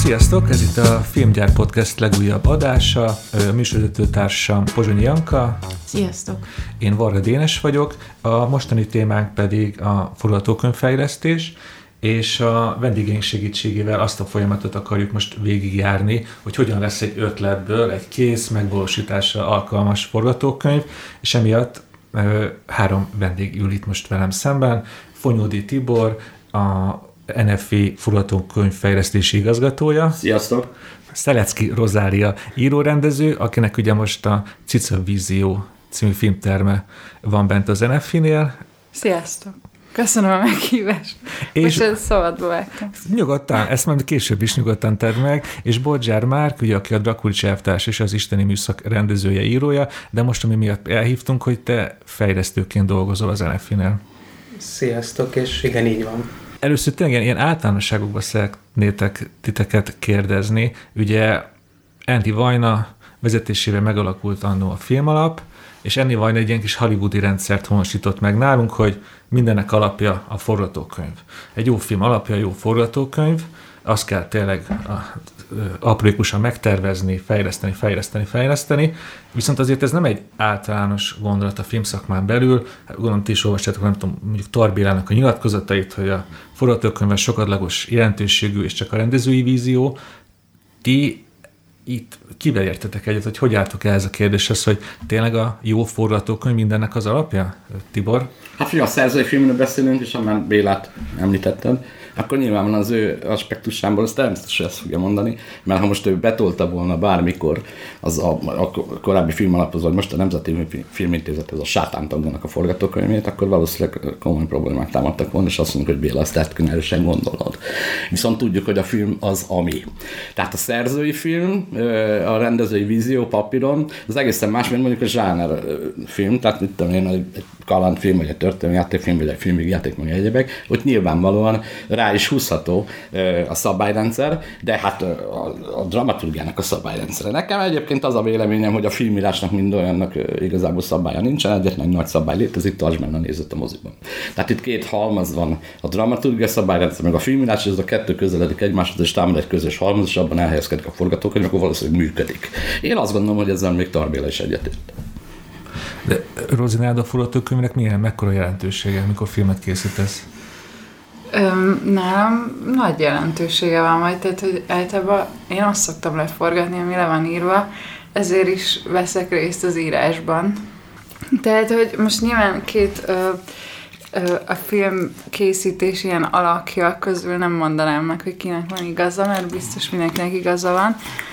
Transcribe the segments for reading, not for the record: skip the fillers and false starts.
Sziasztok! Ez itt a Filmgyár Podcast legújabb adása. Műsorvezetőtársam Pozsonyi Janka. Sziasztok! Én Varga Dénes vagyok. A mostani témánk pedig a forgatókönyvfejlesztés, és a vendégeink segítségével azt a folyamatot akarjuk most végigjárni, hogy hogyan lesz egy ötletből egy kész, megvalósításra alkalmas forgatókönyv, és emiatt három vendég ül itt most velem szemben. Fonyódi Tibor, a NFI forgatókönyvfejlesztési igazgatója. Sziasztok! Szelecki Rozália írórendező, akinek ugye most a Cica Vízió című filmterme van bent az NFI-nél. Sziasztok! Köszönöm a meghívást. Most ezt szabadba vágtam. Nyugodtan, ezt majd később is nyugodtan tedd meg, és Bodzsár Márk, ugye, aki a Drakulics elvtárs és az Isteni Műszak rendezője, írója, de most ami miatt elhívtunk, hogy te fejlesztőként dolgozol az NFI-nél. Sziasztok, és igen, így van. Először tényleg ilyen általánosságokba szeretnétek titeket kérdezni. Ugye Andy Vajna vezetésével megalakult annó a Filmalap, és Andy Vajna egy ilyen kis hollywoodi rendszert honosított meg nálunk, hogy mindennek alapja a forgatókönyv. Egy jó film alapja a jó forgatókönyv, azt kell tényleg aprólékosan megtervezni, fejleszteni, viszont azért ez nem egy általános gondolat a filmszakmán belül. Gondolom, ti is olvastátok, nem tudom, mondjuk Tar Bélának a nyilatkozatait, hogy a forgatókönyv sokadlagos jelentőségű, és csak a rendezői vízió. Ti itt kivel értetek egyet, hogy álltok el ez a kérdéshez, hogy tényleg a jó forgatókönyv mindennek az alapja? Tibor? Hát, hogy a szerzői filmről beszélünk, és amár Bélát említetted, akkor nyilván az ő aspektusából azt természetesen ezt fogja mondani, mert ha most ő betolta volna bármikor az a korábbi Filmalaphoz, vagy most a Nemzeti Filmintézethez a Sátántaggának a forgatókönyvét, akkor valószínűleg komoly problémák támadtak volna, és azt mondjuk, hogy Béla, azt erősen gondolod. Viszont tudjuk, hogy a film az ami. Tehát a szerzői film, a rendezői vízió papíron, az egészen más, mint mondjuk a zsáner film, tehát mit tudom én, egy kalandfilm, vagy egy történelmi vagy egy filmjáték, meg egyebek, ott nyilvánvalóan rá is húzható a szabályrendszer, de hát a dramaturgiának a szabályrendszere. Nekem egyébként az a véleményem, hogy a filmírásnak mind olyannak igazából szabálya nincsen, egyetlen nagy szabály létezik, tartsd meg a nézőt a moziban. Tehát itt két halmaz van, a dramaturgia szabályrendszer, meg a filmírás, és ez a kettő közeledik egymáshoz, és támad egy közös halmaz, és abban elhelyezkedik a forgatókönyv, akkor valószínűleg működik. Én azt gondolom, hogy ezzel még Tar Béla is egyetért. De Rozi, nálad a forgatókönyvnek mekkora jelentősége, amikor filmet készítesz? Nálam nagy jelentősége van majd, tehát hogy általában én azt szoktam leforgatni, ami le van írva, ezért is veszek részt az írásban. Tehát, hogy most nyilván a film készítés ilyen alakja közül nem mondanám meg, hogy kinek van igaza, mert biztos mindenkinek igaza van.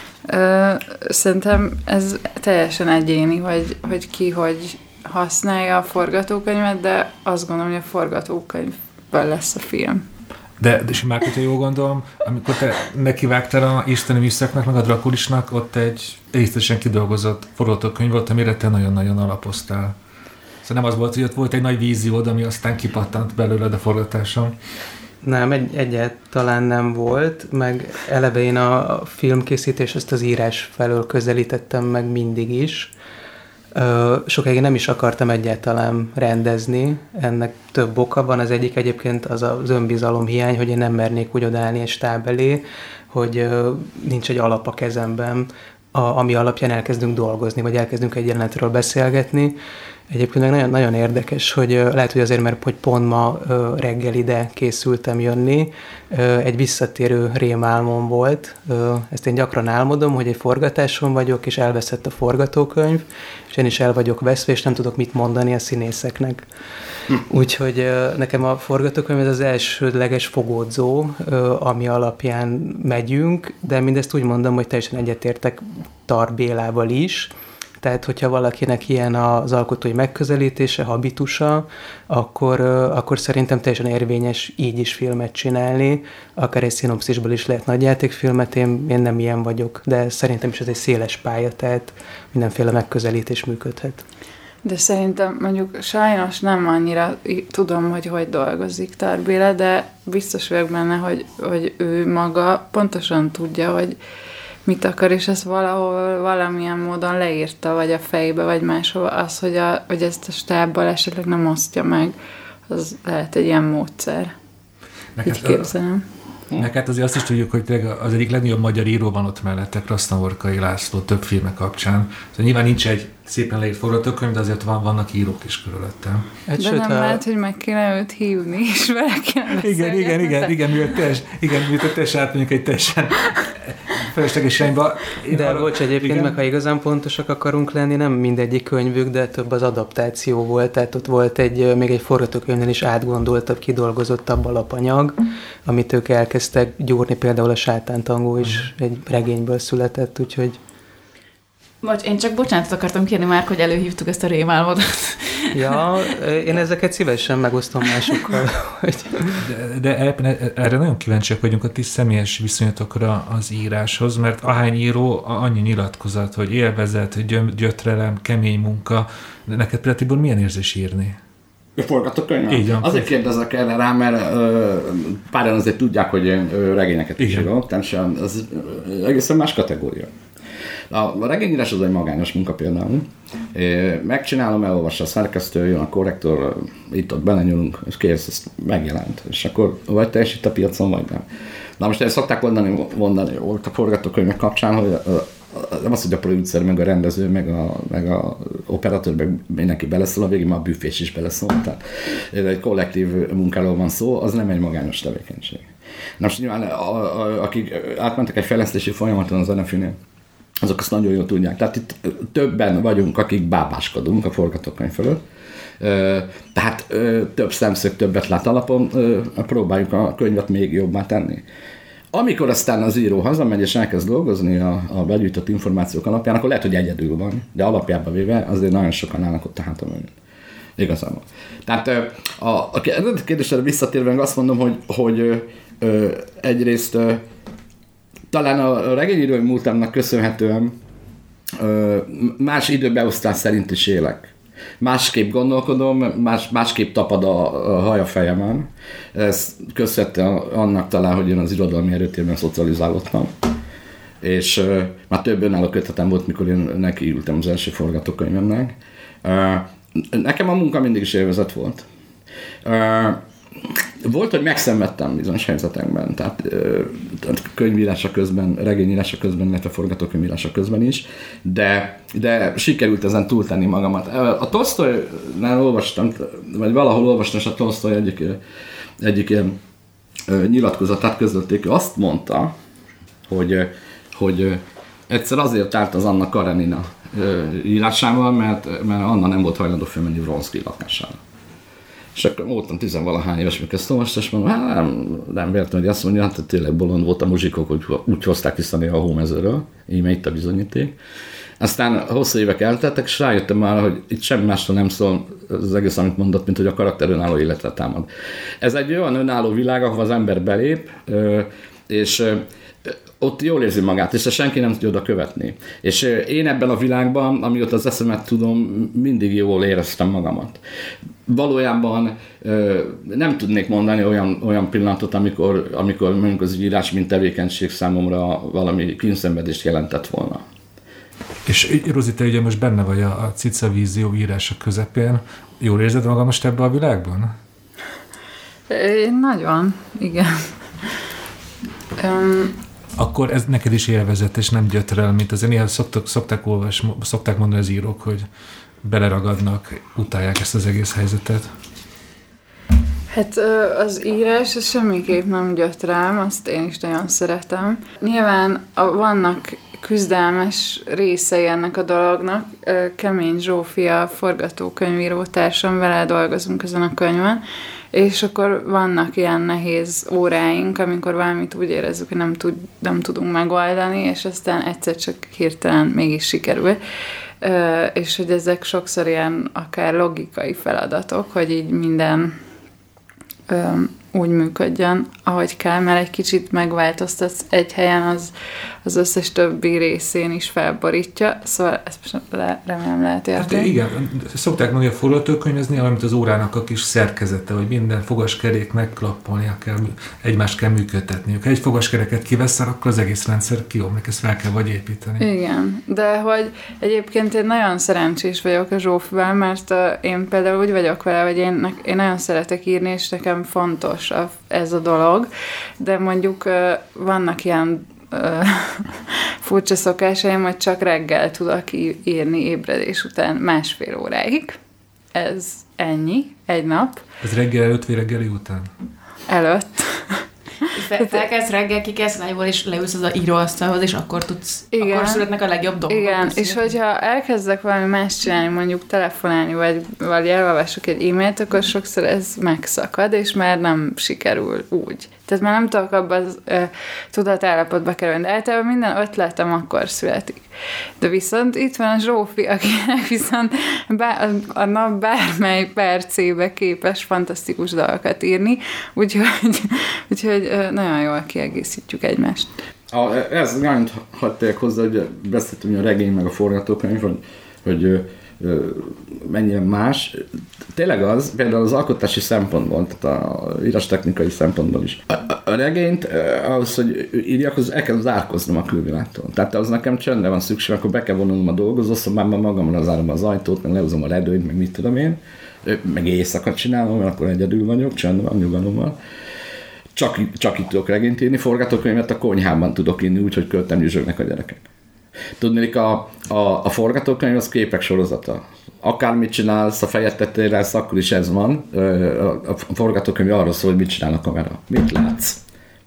Szerintem ez teljesen egyéni, hogy ki hogy használja a forgatókönyvet, de azt gondolom, hogy a forgatókönyvből lesz a film. De és már, hogyha jól gondolom, amikor te nekivágtál a Isteni Műszaknak, meg a Drakulisnak, ott egy részletesen kidolgozott forgatókönyv volt, amire te nagyon-nagyon alapoztál. Szóval nem az volt, hogy ott volt egy nagy víziód, ami aztán kipattant belőled a forgatáson. Nem, egyáltalán nem volt, meg eleve én a filmkészítés ezt az írás felől közelítettem meg mindig is. Sokáig nem is akartam egyáltalán rendezni, ennek több oka van. Az egyik egyébként az önbizalom hiány, hogy én nem mernék úgy odaállni egy stáb elé, hogy nincs egy alap a kezemben, ami alapján elkezdünk dolgozni, vagy elkezdünk egy jelenetről beszélgetni. Egyébként meg nagyon, nagyon érdekes, hogy lehet, hogy azért, mert hogy pont ma reggel ide készültem jönni, egy visszatérő rémálmom volt. Ezt én gyakran álmodom, hogy egy forgatáson vagyok, és elveszett a forgatókönyv, és én is el vagyok veszve, és nem tudok mit mondani a színészeknek. Úgyhogy nekem a forgatókönyv ez az elsődleges fogódzó, ami alapján megyünk, de mindezt úgy mondom, hogy teljesen egyetértek Tar Bélával is. Tehát, hogyha valakinek ilyen az alkotói megközelítése, habitusa, akkor szerintem teljesen érvényes így is filmet csinálni. Akár egy szinopszisból is lehet nagyjátékfilmet, én nem ilyen vagyok, de szerintem is ez egy széles pálya, tehát mindenféle megközelítés működhet. De szerintem mondjuk sajnos nem annyira tudom, hogy dolgozik Tar Béla, de biztos vagyok benne, hogy ő maga pontosan tudja, hogy mit akar, és ezt valahol valamilyen módon leírta, vagy a fejbe, vagy máshova, az, hogy ezt a stábbal esetleg nem osztja meg, az lehet egy ilyen módszer. Így képzelem. Meg hát azért azt is tudjuk, hogy az egyik legnagyobb magyar író van ott mellette, Krasznavorkai László több filme kapcsán. Szóval nyilván nincs egy szépen leírt forgatókönyv, de azért vannak írók is körülöttem. De nem lehet, hogy meg kéne őt hívni, és vele kéne beszélgetni. Igen, mivel teljesen átmegyünk egy teljesen felesleges irányba. De bocs, egyébként meg, ha igazán pontosak akarunk lenni, nem mindegyik könyvük, de több az adaptáció volt, tehát ott volt még egy forgatókönyvnél is átgondoltabb, kidolgozottabb alapanyag, amit ők elkezdtek gyúrni, például a Sátántangó is egy regényből született, úgyhogy... Bocs, én csak bocsánatot akartam kérni már, hogy előhívtuk ezt a rémálmodat. Ja, én ezeket szívesen megosztom másokkal. Hogy... De erre nagyon kíváncsiak vagyunk a ti személyes viszonyatokra az íráshoz, mert ahány író, annyi nyilatkozat, hogy élvezet, gyötrelem, kemény munka. De neked például, Tibor, milyen érzés írni? A forgatókönyv? Így van. Azért kérdezek erre rá, mert páran azért tudják, hogy én regényeket is írok, tehát az egészen más kategória. A regényírás az egy magányos munka például. Megcsinálom, elolvassa a szerkesztő, jön a korrektor, itt-ott belenyúlunk, és kész, ez megjelent. És akkor vagy teljesít a piacon, vagy nem. Na most ezt szokták mondani a forgatókönyvek kapcsán, hogy nem az, hogy a producer, meg a rendező, meg a operatőr, meg mindenki beleszól, a végén már a büfés is beleszól. Tehát egy kollektív munkáról van szó, az nem egy magányos tevékenység. Na most nyilván, akik átmentek egy fejlesztési folyamaton az Zenefűnél, azok azt nagyon jól tudják. Tehát itt többen vagyunk, akik bábáskodunk a forgatókönyv fölött. Tehát több szemszög többet lát alapon, próbáljuk a könyvet még jobbá tenni. Amikor aztán az író hazamegy és elkezd dolgozni a begyűjtött információk alapján, akkor lehet, hogy egyedül van, de alapjában véve azért nagyon sokan állnak ott a hátamon. Igazából. Tehát a kérdésre visszatérve azt mondom, hogy egyrészt talán a regényírói múltamnak köszönhetően más időbeosztás szerint is élek. Másképp gondolkodom, másképp tapad a haj a fejemen. Ez köszönhető annak talán, hogy én az irodalmi erőtérben szocializálódtam. És már több önálló kötetem volt, mikor én nekiültem az első forgatókönyvemnek. Nekem a munka mindig is élvezet volt. Volt, hogy megszenvedtem bizonyos helyzetekben, tehát könyvírása közben, regényírása közben, illetve forgatókönyvírása közben is, de sikerült ezen túltenni magamat. A Tolsztojnál olvastam, vagy valahol olvastam, és a Tolsztoj egyik ilyen nyilatkozatát közölték, ő azt mondta, hogy egyszer azért állt az Anna Karenina írásával, mert Anna nem volt hajlandó fölmenni Vronszky lakására. És akkor voltam 10-valahány éves, mikor ezt olvastam, és mondom, nem véletlenül, hogy azt mondja, hát tényleg bolond volt a muzsikok, hogy úgy hozták vissza néha a hómezőről, íme itt a bizonyíték. Aztán hosszú évek elteltek, és rájöttem már, hogy itt semmi másról nem szól az egész, amit mondott, mint hogy a karakter önálló életre támad. Ez egy olyan önálló világ, ahol az ember belép, és ott jól érzi magát, és senki nem tudja oda követni. És én ebben a világban, amióta az eszemet tudom, mindig jól éreztem magamat. Valójában nem tudnék mondani olyan pillanatot, amikor mondjuk az írás, mint tevékenység számomra valami kínszenvedést jelentett volna. És Rozi, te ugye most benne vagy a Cica vízió írása közepén. Jól érzed magad most ebben a világban? Én nagyon, igen. Akkor ez neked is élvezet, és nem gyötrel, mint azért néha szokták mondani az írók, hogy beleragadnak, utálják ezt az egész helyzetet. Hát az írás az semmiképp nem gyötrelm, azt én is nagyon szeretem. Nyilván vannak küzdelmes részei ennek a dolognak. Kemény Zsófia, forgatókönyvíró társam, vele dolgozunk ezen a könyvön, és akkor vannak ilyen nehéz óráink, amikor valamit úgy érezzük, hogy nem tudunk megoldani, és aztán egyszer csak hirtelen mégis sikerül. És hogy ezek sokszor ilyen akár logikai feladatok, hogy így minden úgy működjön, ahogy kell, mert egy kicsit megváltoztatsz egy helyen, az összes többi részén is felborítja, szóval ezt remélem lehet érteni. Hát igen, szokták mondani, a forgatókönyvezni, valamint az órának a kis szerkezete, hogy minden fogaskeréknek klappolnia kell, egymást kell működtetniük. Ha egy fogaskereket kiveszel, akkor az egész rendszer kiomlik, ezt fel kell vagy építeni. Igen, de hogy egyébként én nagyon szerencsés vagyok a Zsófival, mert én például úgy vagyok vele, hogy én nagyon szeretek írni, és nekem fontos fontos ez a dolog, de mondjuk vannak ilyen furcsa szokásaim, hogy csak reggel tudok írni ébredés után 1,5 óráig. Ez ennyi, egy nap. Ez reggel előtt vagy reggeli után? Előtt. Felkelsz reggel, kikelsz lájból, és leülsz az íróasztalhoz, és akkor tudsz, akkor születnek a legjobb dolgok. Igen, és hogyha elkezdek valami más csinálni, mondjuk telefonálni, vagy elolvasok egy e-mailt, akkor sokszor ez megszakad, és már nem sikerül úgy. Tehát már nem tudok abban az tudatállapotba kerülni, de általában minden ötletem akkor születik. De viszont itt van a Zsófi, akinek viszont a nap bármely percébe képes fantasztikus dolgokat írni, úgyhogy nagyon jól kiegészítjük egymást. Ez nagyon hadd hozzá, hogy beszéltünk a regény meg a forgatókönyv, hogy mennyire más. Tényleg az, például az alkotási szempontból, tehát a írás-technikai szempontból is. A regényt ahhoz, hogy írjak, az el kell zárkoznom a külvilágtól. Tehát az nekem csöndre van szükség, akkor be kell vonulnom a dolgozószobámban, magamra zárom az ajtót, meg lehúzom a redőnyt, meg mit tudom én, meg éjszaka csinálom, mert akkor egyedül vagyok, csönd van, nyugalom van. Csak itt tudok regényt írni, forgatókönyvet a konyhában tudok írni, úgyhogy körtem nyüzsögnek a gyerekek. Tudnék, a forgatókönyv az képek sorozata. Akármit csinálsz, a fejed tetejére lesz, akkor is ez van. A forgatókönyv arról szól, hogy mit csinál a kamera. Mit látsz?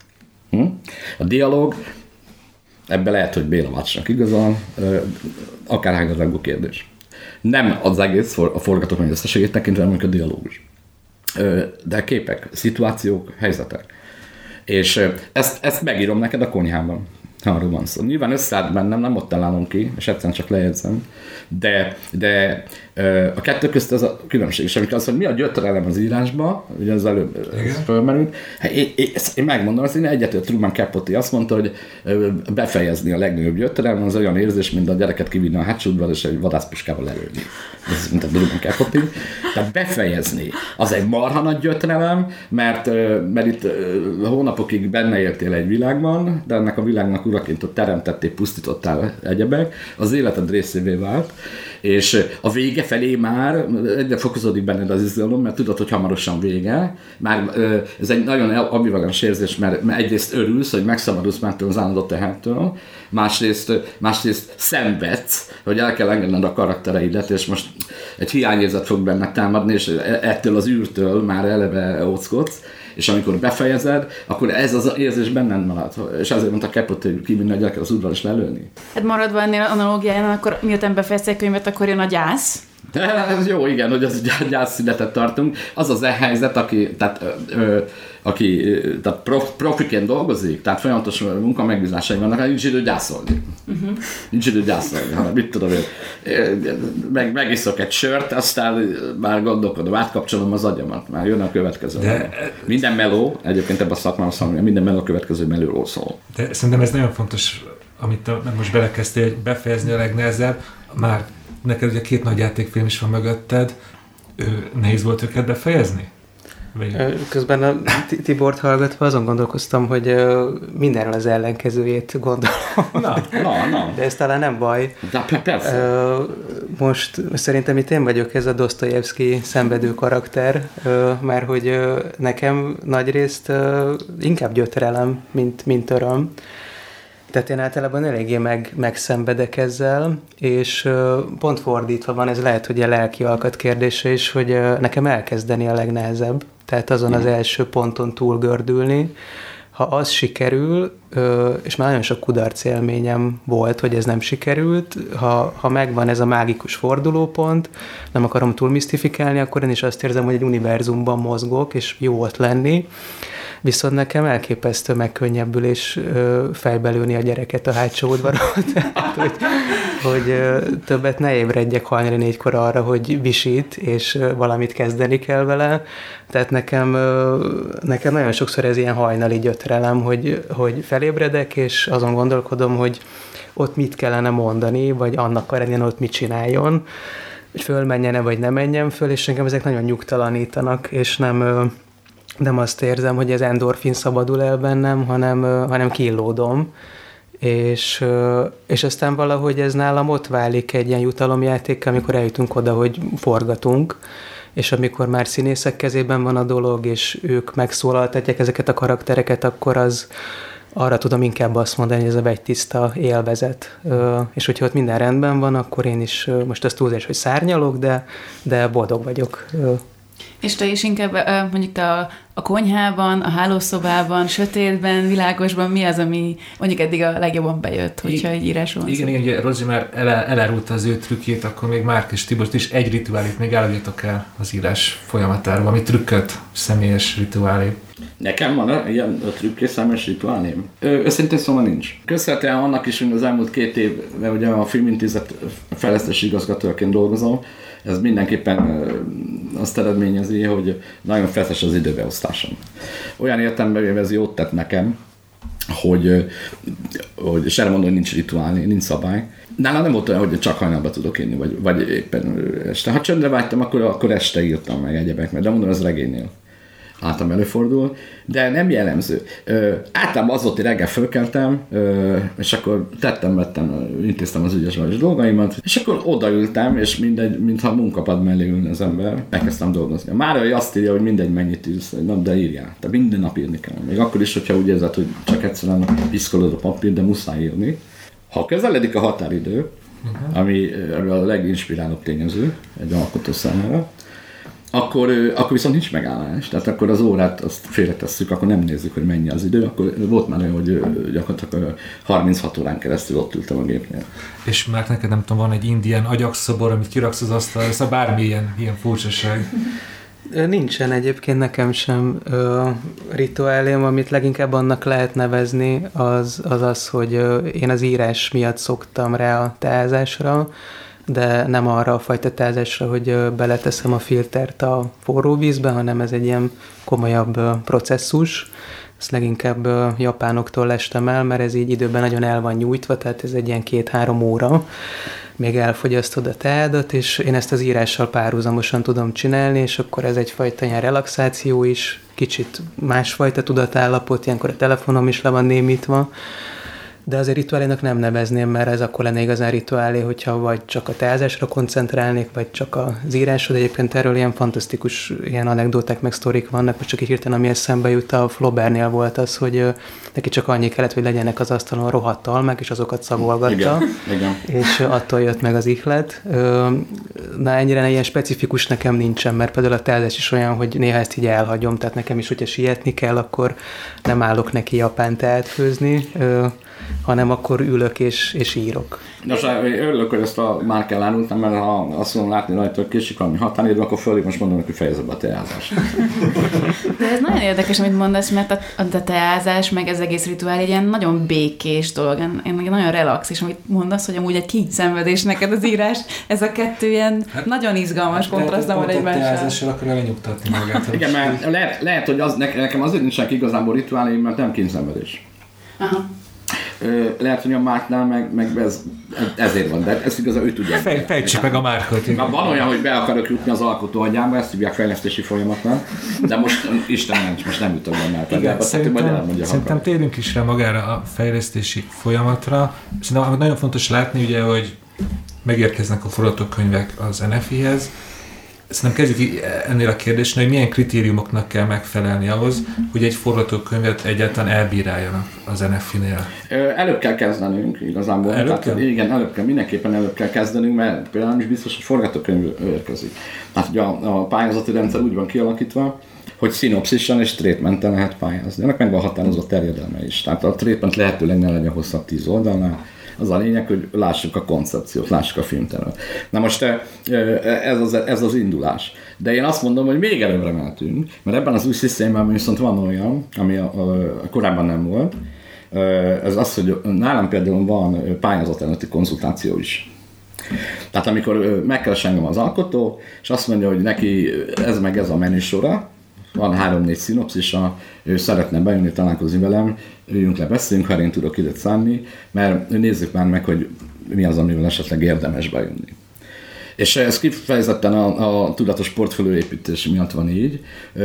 A dialóg, ebbe lehet, hogy Béla Vácsnak igazán, akárhány a rangú kérdés. Nem az egész a forgatókönyv összességét tekintve, hanem a dialógus. De képek, szituációk, helyzetek. És ezt megírom neked a konyhában. Arról van szó. Nyilván összeállt bennem, nem ott találom ki, és egyszerűen csak lejegyzem, de a kettő közt az a különbség. És amikor az, hogy mi a gyötrelem az írásban, ugye az előbb fölmerült, én megmondom, hogy én egyetlen Truman Capote azt mondta, hogy befejezni a legnagyobb gyötrelem, az olyan érzés, mint a gyereket kivinni a hátsó udvarra, és egy vadászpuskával lelőni. Ez mint a Truman Capote. Tehát befejezni. Az egy marha nagy gyötrelem, mert itt hónapokig benne éltél egy világban, de ennek a világnak uraként ott teremtették, pusztítottál egyebek, az életed részévé vált, és a vége felé már egyre fokozódik benned az izgalom, mert tudod, hogy hamarosan vége. Már ez egy nagyon ambivalens érzés, mert egyrészt örülsz, hogy megszabadulsz már az állandó tehertől, másrészt szenvedsz, hogy el kell engedned a karaktereidet, és most egy hiányérzet fog benne támadni, és ettől az űrtől már eleve óckodsz, és amikor befejezed, akkor ez az érzés benned marad. És azért mondta Capote, hogy kivinni a gyereket az udvar és lelőni. Hát maradva ennél analógián, akkor miután befejezte a könyvet, akkor jön a gyász. De ez jó, igen, hogy az gyászszünetet tartunk. Az az helyzet, aki profiként dolgozik, tehát folyamatos munka megbízásai vannak, nincs idő gyászolni. Nincs idő gyászolni, hanem mit tudom én, megiszok egy sört, aztán már gondolkodom, átkapcsolom az agyamat, már jön a következő. De minden meló, egyébként ebben a szakmában szóval, minden meló a következő melóról szól. De szerintem ez nagyon fontos, amit most belekezdtél, hogy befejezni a legnehezebb, már neked ugye 2 nagy játékfilm is van mögötted, nehéz volt őket befejezni? Közben a Tibort hallgatva azon gondolkoztam, hogy mindenről az ellenkezőjét gondolom. Na. De ez talán nem baj. De persze. Most szerintem itt én vagyok ez a Dosztojevszki szenvedő karakter, mert hogy nekem nagyrészt inkább gyötrelem, mint öröm. Tehát én általában eléggé megszenvedek ezzel, és pont fordítva van, ez lehet, hogy a lelki alkat kérdése is, hogy nekem elkezdeni a legnehezebb, tehát azon az első ponton túlgördülni. Ha az sikerül, és már nagyon sok kudarc élményem volt, hogy ez nem sikerült, ha megvan ez a mágikus fordulópont, nem akarom túl misztifikálni, akkor én is azt érzem, hogy egy univerzumban mozgok, és jó ott lenni. Viszont nekem elképesztő megkönnyebbülés fejbe lőni a gyereket a hátsó udvaron. Tehát, hogy többet ne ébredjek hajnali 4-kor arra, hogy visít, és valamit kezdeni kell vele. Tehát nekem nagyon sokszor ez ilyen hajnali gyötrelem, hogy felébredek, és azon gondolkodom, hogy ott mit kellene mondani, vagy annak Karenina ott mit csináljon, hogy fölmenjene, vagy ne menjen föl, és engem ezek nagyon nyugtalanítanak, és nem azt érzem, hogy az endorfin szabadul el bennem, hanem killódom. És aztán valahogy ez nálam ott válik egy ilyen jutalomjáték, amikor eljutunk oda, hogy forgatunk, és amikor már színészek kezében van a dolog, és ők megszólaltatják ezeket a karaktereket, akkor az arra tudom inkább azt mondani, hogy ez a vegytiszta élvezet. És hogyha ott minden rendben van, akkor én is most az túlzás, hogy szárnyalok, de boldog vagyok. És te is inkább mondjuk te a konyhában, a hálószobában, sötétben, világosban mi az, ami mondjuk eddig a legjobban bejött, hogyha egy írásról van szó? Igen, ugye Rozi már elárulta az ő trükkjét, akkor még Márk és Tibor is egy rituálit még állítottak el az írás folyamatában, ami trükköt, személyes rituálé. Nekem van ilyen trükk személyes rituálém? Őszintén szóval nincs. Köszönhetően annak is, hogy az elmúlt 2 évben ugye a Filmintézet fejlesztési igazgatóként dolgozom, ez mindenképpen azt eredményezi, hogy nagyon feszes az időbeosztásom. Olyan értelemben ez jót tett nekem, hogy és erre mondom, hogy nincs rituálni, nincs szabály. Nálam nem volt olyan, hogy csak hajnalban tudok írni, vagy éppen este. Ha csöndre vágytam, akkor este írtam meg egyebek, de mondom, ez regénynél általában előfordul, de nem jellemző. Általában az volt, hogy reggel fölkeltem, és akkor intéztem az ügyes dolgaimat, és akkor odaültem, és mindegy, mintha a munkapad mellé ülne az ember, elkezdtem dolgozni. Márai azt írja, hogy mindegy, mennyit írsz, de írjál. Tehát minden nap írni kell. Még akkor is, hogyha úgy érzed, hogy csak egyszerűen piszkolod a papír, de muszáj írni. Ha közeledik a határidő, ami a leginspirálóbb tényező egy alkotó számára, akkor viszont nincs megállás. Tehát akkor az órát azt félretesszük, akkor nem nézzük, hogy mennyi az idő. Akkor volt már olyan, hogy gyakorlatilag 36 órán keresztül ott ültem a gépnél. És már neked nem tudom, van egy indián agyakszobor, amit kiraksz az asztalra, szóval bármi ilyen furcsaság. Nincsen egyébként nekem sem rituálém, amit leginkább annak lehet nevezni, az, hogy én az írás miatt szoktam rá a teázásra, de nem arra a fajta teázásra, hogy beleteszem a filtert a forró vízbe, hanem ez egy ilyen komolyabb processzus. Ezt leginkább japánoktól lestem el, mert ez így időben nagyon el van nyújtva, tehát ez egy ilyen 2-3 óra, még elfogyasztod a teádat, és én ezt az írással párhuzamosan tudom csinálni, és akkor ez egyfajta ilyen relaxáció is, kicsit másfajta tudatállapot, ilyenkor a telefonom is le van némítva, de azért rituálénak nem nevezném, mert ez akkor lenne igazán rituálé, hogyha vagy csak a teázásra koncentrálnék, vagy csak az írásra, de egyébként erről ilyen fantasztikus ilyen anekdóták meg sztorik vannak, most csak így hirtelen, ami eszembe jut, a Flaubertnél volt az, hogy neki csak annyi kellett, hogy legyenek az asztalon rohadt almák, és azokat szagolgatta, és attól jött meg az ihlet. Na ennyire ilyen specifikus nekem nincsen, mert például a teázás is olyan, hogy néha ezt így elhagyom, tehát nekem is, hogyha sietni kell, akkor nem állok neki japán teát főzni, hanem akkor ülök és írok. Nos, örülök, hogy ezt a Márk elárultam, mert ha azt mondom látni rajta, hogy késik valami határidő, akkor fölig most mondom, hogy fejezze be a teázást. De ez nagyon érdekes, amit mondasz, mert a teázás, meg ez egész rituál egy ilyen nagyon békés dolog, nagyon relax, és amit mondasz, hogy amúgy egy kínyszenvedés neked az írás, ez a kettő ilyen nagyon izgalmas kontrasztban van egymással. A teázással akar lenyugtatni magát. Igen, mert lehet, hogy nekem azért nincsenek igazából rituáléim, mert nem kínyszenvedés. Aha. Lehet, hogy a Márknál meg ezért van, de ezt igazán ő tudja. Fejtsük meg a Márkot. Van olyan, hogy be akarok jutni az alkotó agyába, ezt hívják fejlesztési folyamatnak, de most Isten ments, most nem jutok benne. Szerintem térjünk is rá magára a fejlesztési folyamatra. Szerintem nagyon fontos látni, ugye, hogy megérkeznek a forgatókönyvek az NFI-hez. Szerintem kezdjük ennél a kérdésnél, hogy milyen kritériumoknak kell megfelelni ahhoz, hogy egy forgatókönyvet egyáltalán elbíráljanak az NFI-nél. Előbb kell kezdenünk igazából. Igen, mindenképpen előbb kell kezdenünk, mert például nem is biztos, hogy forgatókönyv érkezik. Tehát ugye a pályázati rendszer úgy van kialakítva, hogy szinopszisan és treatmenten lehet pályázni. Ennek meg van határozott terjedelme is. Tehát a treatment lehetőleg ne legyen hosszabb 10 oldalnál. Az a lényeg, hogy lássuk a koncepciót, lássuk a filmtervet. Na most ez az indulás. De én azt mondom, hogy még előbbre mehetünk, mert ebben az új szisztémában viszont van olyan, ami korábban nem volt. Ez az, hogy nálam például van pályázat előtti konzultáció is. Tehát amikor megkeres engem az alkotó, és azt mondja, hogy neki ez meg ez a menüsora, van 3-4 szinopszisa, ő szeretne bejönni, találkozni velem, üljünk le, beszéljünk, ha én tudok időt szánni, mert nézzük már meg, hogy mi az, amivel esetleg érdemes bejönni. És ez kifejezetten a tudatos portfólióépítés miatt van így.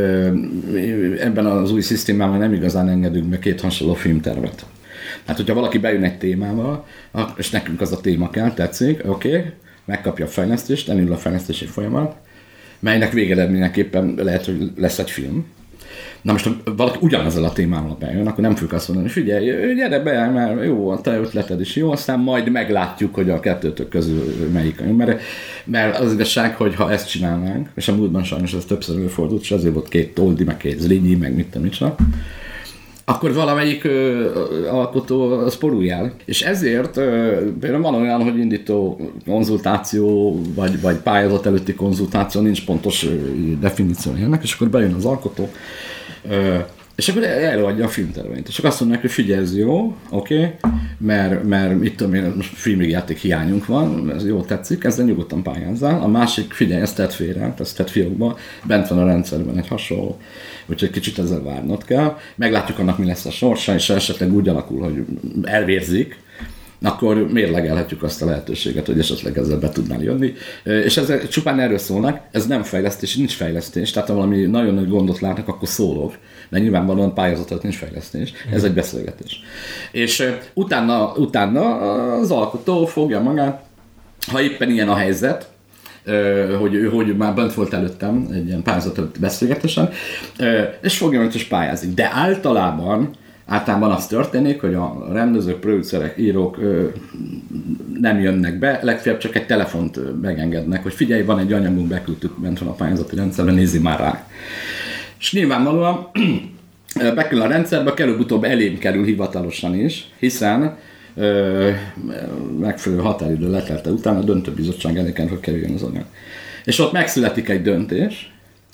Ebben az új szisztémában nem igazán engedünk be 2 hasonló filmtervet. Hát, hogyha valaki bejön egy témával, és nekünk az a téma kell, tetszik, oké, megkapja a fejlesztést, elindul a fejlesztési folyamat, melynek végeredményeképpen lehet, hogy lesz egy film. Na most, ha valaki ugyanezzel a témával bejön, akkor nem fogjuk azt mondani, hogy figyelj, gyere be, mert jó, a te ötleted is jó, aztán majd meglátjuk, hogy a kettőtök közül melyik jó. Mert az igazság, hogy ha ezt csinálnánk, és a múltban sajnos ez többször előfordult, és ezért volt 2 Toldi, meg 2 Zrínyi, meg mit akkor valamelyik alkotó az poruljál. És ezért például van olyan, hogy indító konzultáció, vagy pályázat előtti konzultáció, nincs pontos definíció ennek, és akkor bejön az alkotó, és akkor előadja a filmtervenyt. És akkor azt mondják, hogy figyelj, ez jó, oké, mert mit tudom én, most filmjáték hiányunk van, ez jó tetszik, ezzel nyugodtan pályázzál. A másik, figyelj, ezt tett félre, ezt tett fiókba, bent van a rendszerben egy hasonló, úgyhogy kicsit ezzel várnod kell. Meglátjuk annak, mi lesz a sorsa, és esetleg úgy alakul, hogy elvérzik, akkor mérlegelhetjük azt a lehetőséget, hogy esetleg ezzel be tudnál jönni. És ez csupán erről szólnak, ez nem fejlesztés, nincs fejlesztés, tehát ha valami nagyon nagy gondot látnak, akkor szólok, de nyilvánvalóan pályázatot nincs fejlesztés, ez egy beszélgetés. És utána az alkotó fogja magát, ha éppen ilyen a helyzet, hogy már bent volt előttem egy ilyen pályázat beszélgetésen, és fogja meg is pályázni. De általában az történik, hogy a rendezők, producerek, írók nem jönnek be, legfeljebb csak egy telefont megengednek, hogy figyelj, van egy anyagunk, beküldtük, bent van a pályázati rendszerben, nézzi már rá. És nyilvánvalóan bekerül a rendszerbe, előbb-utóbb elém kerül hivatalosan is, hiszen megfelelő határidő letelte után a döntőbizottság elé kell, hogy kerüljön az anyag. És ott megszületik egy döntés,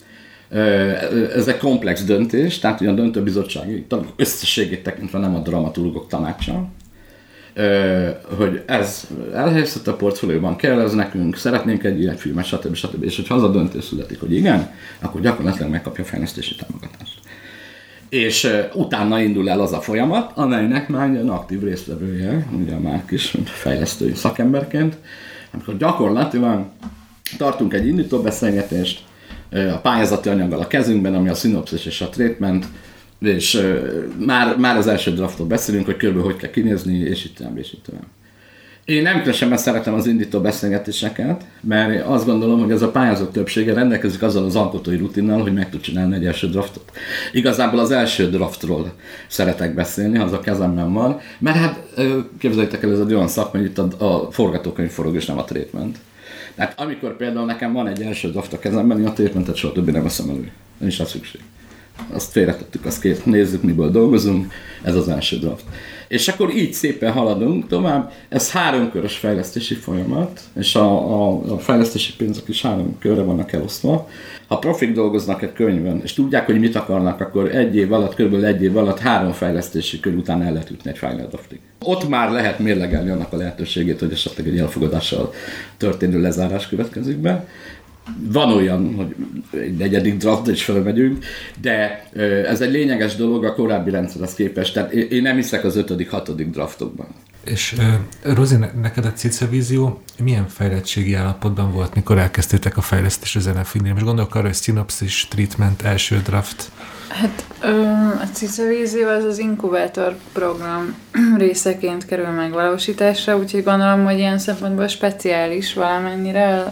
ez egy komplex döntés, tehát ugye a döntőbizottsági összességét tekintve nem a dramaturgok tanácsa, hogy ez elhelyezett a portfólióban, kell ez nekünk, szeretnénk egy ilyen filmet, stb. És hogyha az a döntés születik, hogy igen, akkor gyakorlatilag megkapja a fejlesztési támogatást. És utána indul el az a folyamat, amelynek már egy aktív résztvevője, ugye a Márk is, fejlesztői szakemberként, amikor gyakorlatilag tartunk egy indító beszélgetést, a pályázati anyaggal a kezünkben, ami a szinopszis és a treatment, és már az első draftról beszélünk, hogy körülbelül hogy kell kinézni, és itt tovább, és itt tovább. Én nem különösen szeretem az indító beszélgetéseket, mert azt gondolom, hogy ez a pályázók többsége rendelkezik azzal az alkotói rutinnal, hogy meg tud csinálni egy első draftot. Igazából az első draftról szeretek beszélni, az a kezemben van, mert hát képzeljétek el, ez egy olyan szakma, hogy itt a forgatókönyv forog, és nem a treatment. Tehát amikor például nekem van egy első draft a kezemben, én a treatmentet soha többé nem veszem elő. Nem is a szükség. Azt félretettük, azt nézzük, miből dolgozunk, ez az első draft. És akkor így szépen haladunk tovább, ez 3 körös fejlesztési folyamat, és a fejlesztési pénzek is 3 körre vannak elosztva. Ha profik dolgoznak egy könyvön, és tudják, hogy mit akarnak, akkor körülbelül egy év alatt 3 fejlesztési kör után el lehet jutni egy final draftig. Ott már lehet mérlegelni annak a lehetőségét, hogy esetleg egy elfogadással történő lezárás következik be. Van olyan, hogy egy 4. draftra is felmegyünk, de ez egy lényeges dolog a korábbi rendszerhez képest, tehát én nem hiszek az 5.-6. draftokban. És Rozi, neked a Cica vízió milyen fejlettségi állapotban volt, mikor elkezdtétek a fejlesztést a zenefilmnél? Most gondolok arra, hogy szinopszis, treatment, első draft. Hát a Cica vízió az inkubátor program részeként kerül megvalósításra, úgyhogy gondolom, hogy ilyen szempontból speciális valamennyire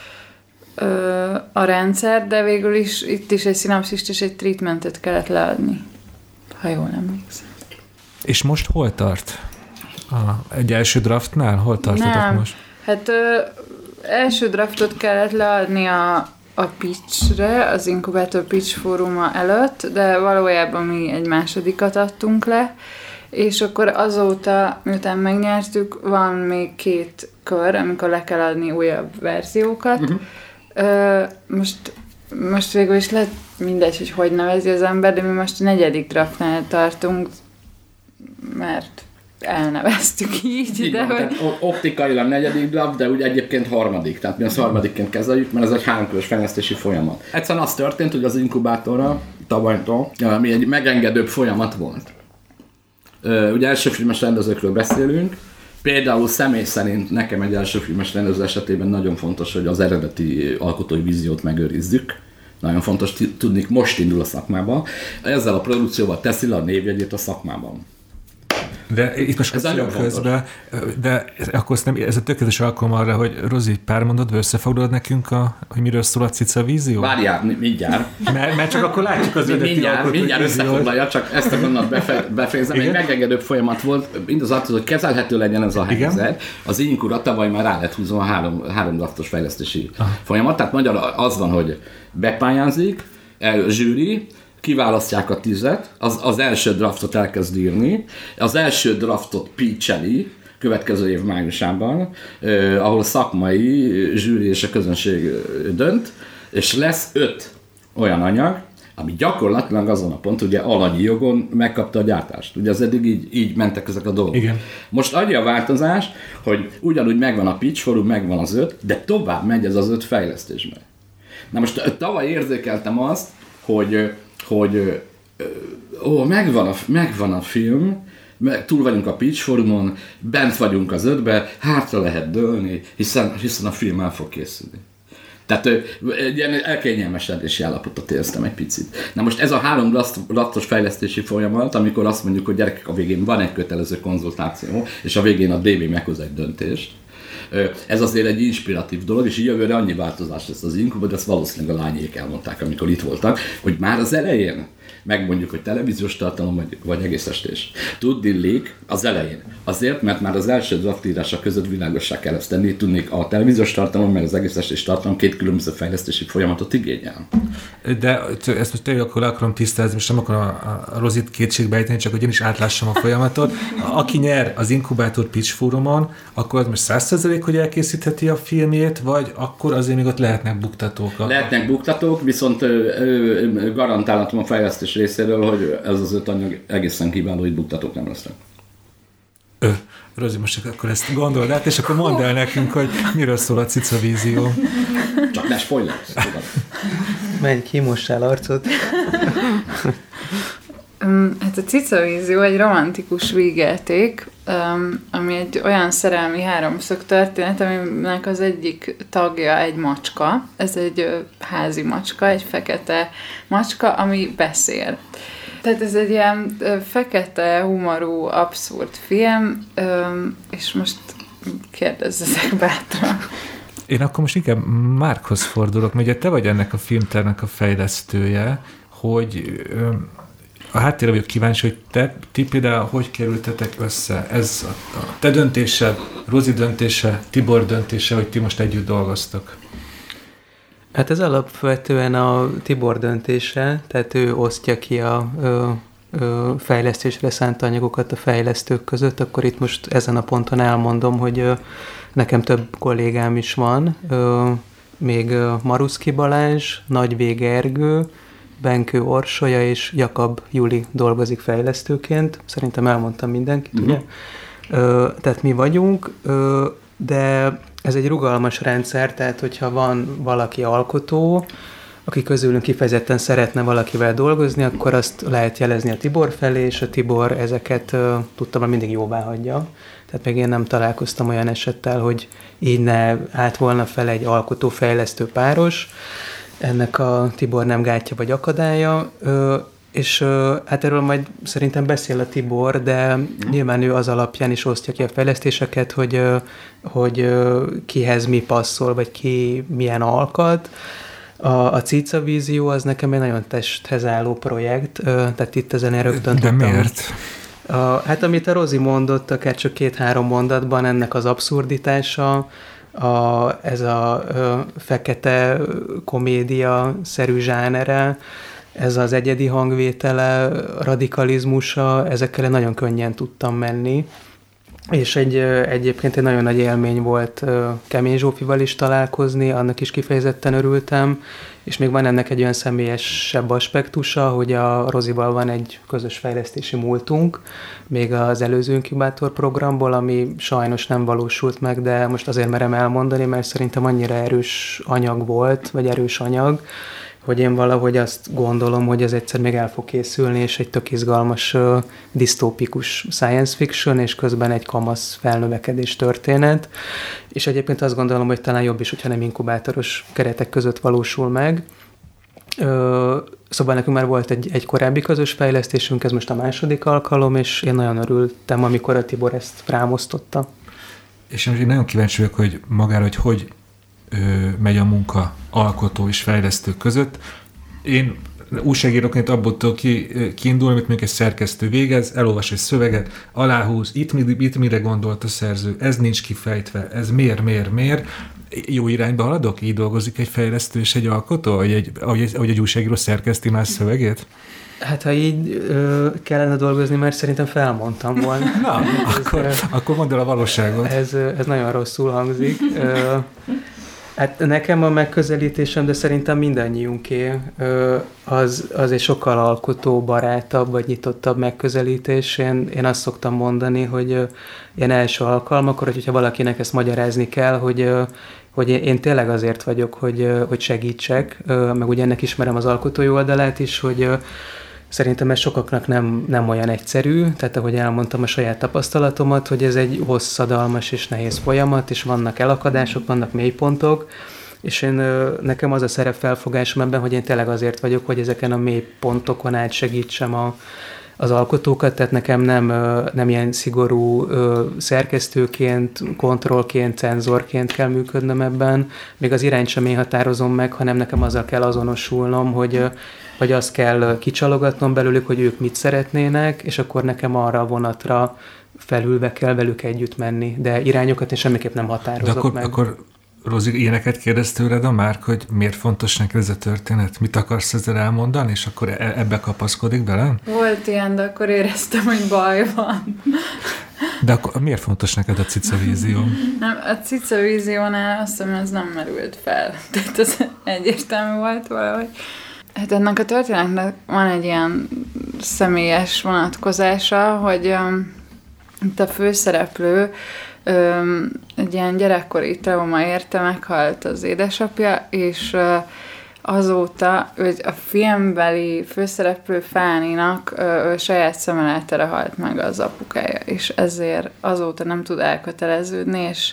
a rendszer, de végül is itt is egy szinopszist és egy treatmentet kellett leadni, ha jól emlékszem. És most hol tart? Egy első draftnál? Hol tartotok most? Hát első draftot kellett leadni a pitchre, az inkubátor pitch fóruma előtt, de valójában mi egy másodikat adtunk le, és akkor azóta, miután megnyertük, van még 2 kör, amikor le kell adni újabb verziókat. Most végül is lehet mindegy, hogy nevezi az ember, de mi most a 4. draftnál tartunk, mert elneveztük így. Igen, de hogy... optikailag 4. draft, de úgy egyébként 3. Tehát mi az 3-ként kezeljük, mert ez egy 3 körös fejlesztési folyamat. Egyszerűen az történt, hogy az inkubátorra tavalytól, ami egy megengedőbb folyamat volt. Ugye elsőfilmes rendezőkről beszélünk, például személy szerint nekem egy elsőfilmes rendező esetében nagyon fontos, hogy az eredeti alkotói víziót megőrizzük. Nagyon fontos tudni, most indul a szakmába. Ezzel a produkcióval teszi le a névjegyét a szakmában. De itt most nagyon közben, de akkor ez a tökéletes alkalom arra, hogy Rozi, pár mondatban összefoglalod nekünk, hogy miről szól a cica vízió? Várjál, mindjárt. Mert csak akkor látjuk az mindjárt összefoglalja, csak ezt a gondolatot befejezem. Egy megengedőbb folyamat volt, mindazáltal, hogy kezelhető legyen ez a helyzet. Az Inkura tavaly már rá lett húzva a három draftos fejlesztési folyamat. Tehát magyar az van, hogy bepályázik, zsűri, kiválasztják a 10-et, az első draftot elkezd írni, az első draftot pitcheli, következő év májusában, ahol szakmai zsűri és a közönség dönt, és lesz 5 olyan anyag, ami gyakorlatilag azon a pont, ugye alanyi jogon megkapta a gyártást. Ugye az eddig így mentek ezek a dolgok. Igen. Most annyi a változás, hogy ugyanúgy megvan a pitch forum, megvan az 5, de tovább megy ez az 5 fejlesztésbe. Na most tavaly érzékeltem azt, hogy megvan a film, túl vagyunk a Pitch Forumon, bent vagyunk az 5-be, hátra lehet dőlni, hiszen a film el fog készülni. Tehát egy ilyen elkényelmesedési állapotot érztem egy picit. Na most ez a 3 draftos fejlesztési folyamat, amikor azt mondjuk, hogy gyerekek, a végén van egy kötelező konzultáció, és a végén a DB meghoz egy döntést. Ez azért egy inspiratív dolog, és jövőre annyi változás lesz az Inkóban, de ezt valószínűleg a lányék elmondták, amikor itt voltak, hogy már az elején megmondjuk, hogy televíziós tartalom vagy egész estés. Tudniillik az elején. Azért, mert már az első draftírások között világossá kell ezt tenni, tudnék a televíziós tartalom, meg az egész estés tartalom 2 különböző fejlesztési folyamatot igényel. De ezt most tényleg akkor le akarom tisztázni, most nem akarom a Rozit kétségbe ejteni, csak hogy én is átlássam a folyamatot. Aki nyer az Inkubátor Pitch Forumon, akkor az most 100%, hogy elkészítheti a filmjét, vagy akkor azért még ott lehetnek buktatók? Lehetnek buktatók, viszont garantálhatom a fejlesztés részéről, hogy ez az 5 anyag egészen kiváló, hogy buktatók nem lesznek. Rozi, most akkor ezt gondold át, és akkor mondd el nekünk, hogy miről szól a cica vízió. Csak ne spoiler. Menj ki, mossál arcot. Hát a cica vízió egy romantikus vígjáték, ami egy olyan szerelmi háromszög történet, aminek az egyik tagja egy macska. Ez egy házi macska, egy fekete macska, ami beszél. Tehát ez egy ilyen fekete, humorú, abszurd film, és most kérdezzetek bátran. Én akkor most inkább Márkhoz fordulok, mert ugye te vagy ennek a filmternek a fejlesztője, hogy a háttérre vagyok kíváncsi, hogy ti például hogy kerültetek össze? Ez a te döntésed, Rozi döntése, Tibor döntése, hogy ti most együtt dolgoztok? Hát ez alapvetően a Tibor döntése, tehát ő osztja ki a fejlesztésre szánt anyagokat a fejlesztők között, akkor itt most ezen a ponton elmondom, hogy nekem több kollégám is van, még Maruszki Balázs, Nagy V. Gergő, Benkő Orsolya és Jakab Juli dolgozik fejlesztőként. Szerintem elmondtam mindenkit, ugye? Tehát mi vagyunk, de ez egy rugalmas rendszer, tehát hogyha van valaki alkotó, aki közülünk kifejezetten szeretne valakivel dolgozni, akkor azt lehet jelezni a Tibor felé, és a Tibor ezeket tudtam, hogy mindig jóvá hagyja. Tehát még én nem találkoztam olyan esettel, hogy így ne állt volna fel egy alkotó-fejlesztő páros. Ennek a Tibor nem gátja vagy akadálya, és hát erről majd szerintem beszél a Tibor, de nyilván ő az alapján is osztja ki a fejlesztéseket, hogy kihez mi passzol, vagy ki milyen alkat. A cica vízió az nekem egy nagyon testhez álló projekt, tehát itt ezen rögtön tudtam. De miért? Hát amit a Rozi mondott, akár csak 2-3 mondatban, ennek az abszurditása, ez a fekete komédia-szerű zsánere, ez az egyedi hangvétele, radikalizmusa, ezekkel nagyon könnyen tudtam menni. És egyébként egy nagyon nagy élmény volt Kemény Zsófival is találkozni, annak is kifejezetten örültem, és még van ennek egy olyan személyesebb aspektusa, hogy a Rozival van egy közös fejlesztési múltunk, még az előző inkubátor programból, ami sajnos nem valósult meg, de most azért merem elmondani, mert szerintem annyira erős anyag volt, vagy erős anyag, hogy én valahogy azt gondolom, hogy ez egyszer még el fog készülni, és egy tök izgalmas, disztópikus science fiction, és közben egy kamasz felnövekedés történet. És egyébként azt gondolom, hogy talán jobb is, hogyha nem inkubátoros keretek között valósul meg. Szóval nekünk már volt egy korábbi közös fejlesztésünk, ez most a második alkalom, és én nagyon örültem, amikor a Tibor ezt rámosztotta. És én nagyon kíváncsi vagyok, hogy magára, hogy megy a munka alkotó és fejlesztő között. Én újságíróként abból tudok kiindulni, amit mondjuk egy szerkesztő végez, elolvas egy szöveget, aláhúz, itt mire gondolt a szerző, ez nincs kifejtve, ez miért. Jó irányba haladok? Így dolgozik egy fejlesztő és egy alkotó, ahogy egy újságíró szerkeszti más szövegét? Hát ha így kellene dolgozni, mert szerintem felmondtam volna. Na, akkor mondd el a valóságot. Ez nagyon rosszul hangzik. Hát nekem a megközelítésem, de szerintem mindannyiunké, az egy sokkal alkotóbarátabb, vagy nyitottabb megközelítés. Én azt szoktam mondani, hogy ilyen első alkalmakor, hogyha valakinek ezt magyarázni kell, hogy én tényleg azért vagyok, hogy segítsek, meg ugye ennek ismerem az alkotói oldalát is, hogy szerintem ez sokaknak nem olyan egyszerű, tehát ahogy elmondtam a saját tapasztalatomat, hogy ez egy hosszadalmas és nehéz folyamat, és vannak elakadások, vannak mélypontok, és nekem az a szerepfelfogásom ebben, hogy én tényleg azért vagyok, hogy ezeken a mélypontokon át segítsem az alkotókat, tehát nekem nem ilyen szigorú szerkesztőként, kontrollként, cenzorként kell működnöm ebben, még az irányt sem én határozom meg, hanem nekem azzal kell azonosulnom, hogy azt kell kicsalogatnom belőlük, hogy ők mit szeretnének, és akkor nekem arra a vonatra felülve kell velük együtt menni. De irányokat én semmiképp nem határozok meg. Akkor Rozi, ilyeneket kérdez tőled a Márk, hogy miért fontos neked ez a történet? Mit akarsz ezzel elmondani, és akkor ebbe kapaszkodik bele? Volt ilyen, de akkor éreztem, hogy baj van. De akkor miért fontos neked a cica vízió? Nem, a cica víziónál azt hiszem, ez nem merült fel. Tehát ez egyértelmű volt valahogy. Hát ennek a történetnek van egy ilyen személyes vonatkozása, hogy itt a főszereplő egy ilyen gyerekkori trauma érte, meghalt az édesapja, és azóta, hogy a filmbeli főszereplő Fáninak saját szemeletére halt meg az apukája, és ezért azóta nem tud elköteleződni, és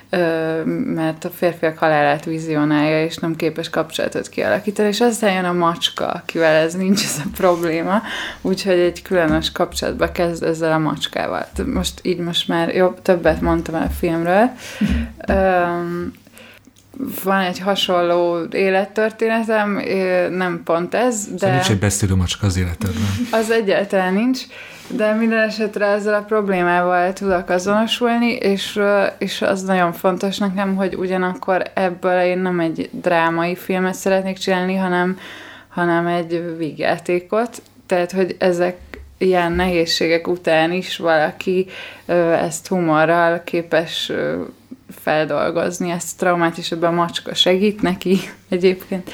mert a férfiak halálát vizionálja, és nem képes kapcsolatot kialakítani, és aztán jön a macska, akivel ez nincs ez a probléma, úgyhogy egy különös kapcsolatba kezd ezzel a macskával. Most már jobb, többet mondtam el a filmről. Van egy hasonló élettörténetem, nem pont ez, de... Szóval nincs egy beszélő macska az életedben. Az egyáltalán nincs, de minden esetre ezzel a problémával tudok azonosulni, és az nagyon fontos nekem, hogy ugyanakkor ebből én nem egy drámai filmet szeretnék csinálni, hanem egy vígjátékot, tehát, hogy ezek ilyen nehézségek után is valaki ezt humorral képes feldolgozni, ezt a traumát, és ebben a macska segít neki egyébként.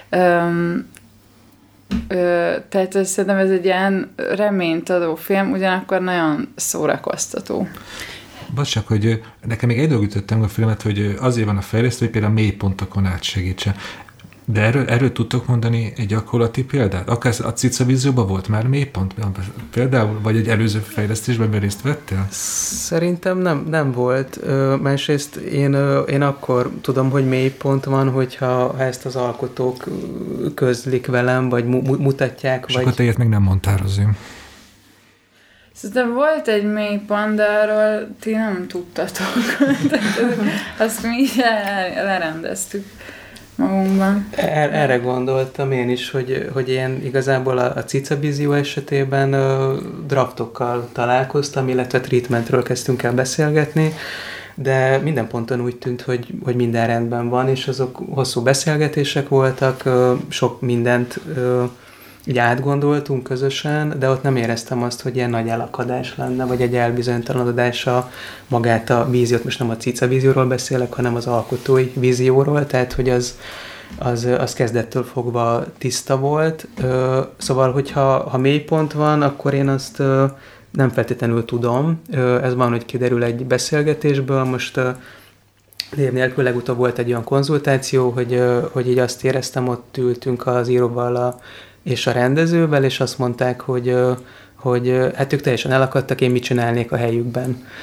Tehát szerintem ez egy ilyen reményt adó film, ugyanakkor nagyon szórakoztató. Csak, hogy nekem még egy dolgot ütöttem a filmet, hogy azért van a fejlesztő, hogy például mélypontokon átsegítse. De erről tudtok mondani egy gyakorlati példát? Akár a cica vízióban volt már mélypont például, vagy egy előző fejlesztésben részt vettél? Szerintem nem volt. Másrészt én akkor tudom, hogy mélypont van, hogyha ezt az alkotók közlik velem, vagy mutatják. És akkor te ilyet még nem mondtál, Rozi. Szerintem volt egy mélypont, de arról ti nem tudtatok. Azt mi lerendeztük magunkban. Erre gondoltam én is, hogy én igazából a cica vízió esetében draftokkal találkoztam, illetve treatmentről kezdtünk el beszélgetni, de minden ponton úgy tűnt, hogy minden rendben van, és azok hosszú beszélgetések voltak, sok mindent így átgondoltunk közösen, de ott nem éreztem azt, hogy ilyen nagy elakadás lenne, vagy egy elbizonytalanodása magát a víziót, most nem a cica vízióról beszélek, hanem az alkotói vízióról, tehát hogy az kezdettől fogva tiszta volt. Szóval, hogyha mélypont van, akkor én azt nem feltétlenül tudom. Ez van, hogy kiderül egy beszélgetésből, most név nélkül legutóbb volt egy olyan konzultáció, hogy így azt éreztem, ott ültünk az íróval és a rendezővel, és azt mondták, hogy hát ők teljesen elakadtak, én mit csinálnék a helyükben.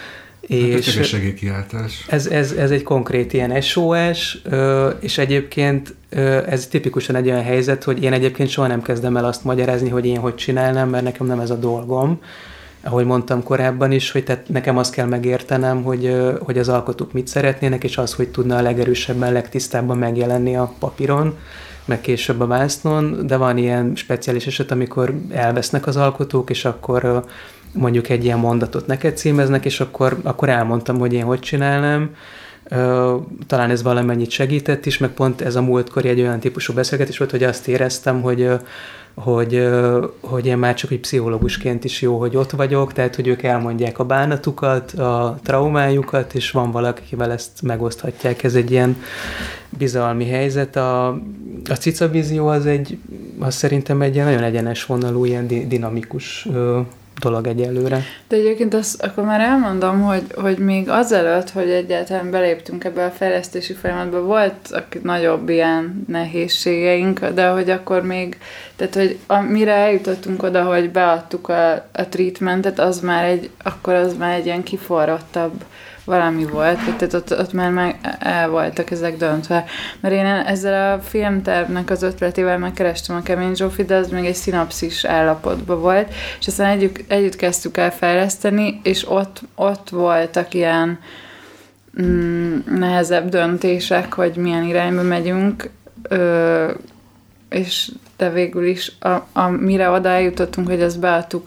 És segélykiáltás. Ez egy konkrét ilyen SOS, és egyébként ez tipikusan egy olyan helyzet, hogy én egyébként soha nem kezdem el azt magyarázni, hogy én hogy csinálnám, mert nekem nem ez a dolgom. Ahogy mondtam korábban is, hogy tehát nekem azt kell megértenem, hogy az alkotók mit szeretnének, és az, hogy tudna a legerősebben, legtisztábban megjelenni a papíron, meg később a vásznon, de van ilyen speciális eset, amikor elvesznek az alkotók, és akkor mondjuk egy ilyen mondatot neked címeznek, és akkor elmondtam, hogy én hogy csinálnám. Talán ez valamennyit segített is, meg pont ez a múltkori egy olyan típusú beszélgetés volt, hogy azt éreztem, hogy én már csak egy pszichológusként is jó, hogy ott vagyok, tehát hogy ők elmondják a bánatukat, a traumájukat, és van valaki, akivel ezt megoszthatják. Ez egy ilyen bizalmi helyzet. A cicavízió az szerintem egy ilyen nagyon egyenes vonalú, ilyen dinamikus dolog egyelőre. De egyébként azt akkor már elmondom, hogy még azelőtt, hogy egyáltalán beléptünk ebbe a fejlesztési folyamatba, voltak nagyobb ilyen nehézségeink, de hogy akkor még, tehát hogy mire eljutottunk oda, hogy beadtuk a treatmentet, az már egy ilyen kiforrottabb valami volt, tehát ott már el voltak ezek döntve. Mert én ezzel a filmtervnek az ötletével megkerestem a Kemény Zsófit, de az még egy szinapszis állapotban volt, és aztán együtt kezdtük el fejleszteni, és ott voltak ilyen nehezebb döntések, hogy milyen irányba megyünk, és de végül is mire oda eljutottunk, hogy ezt beadtuk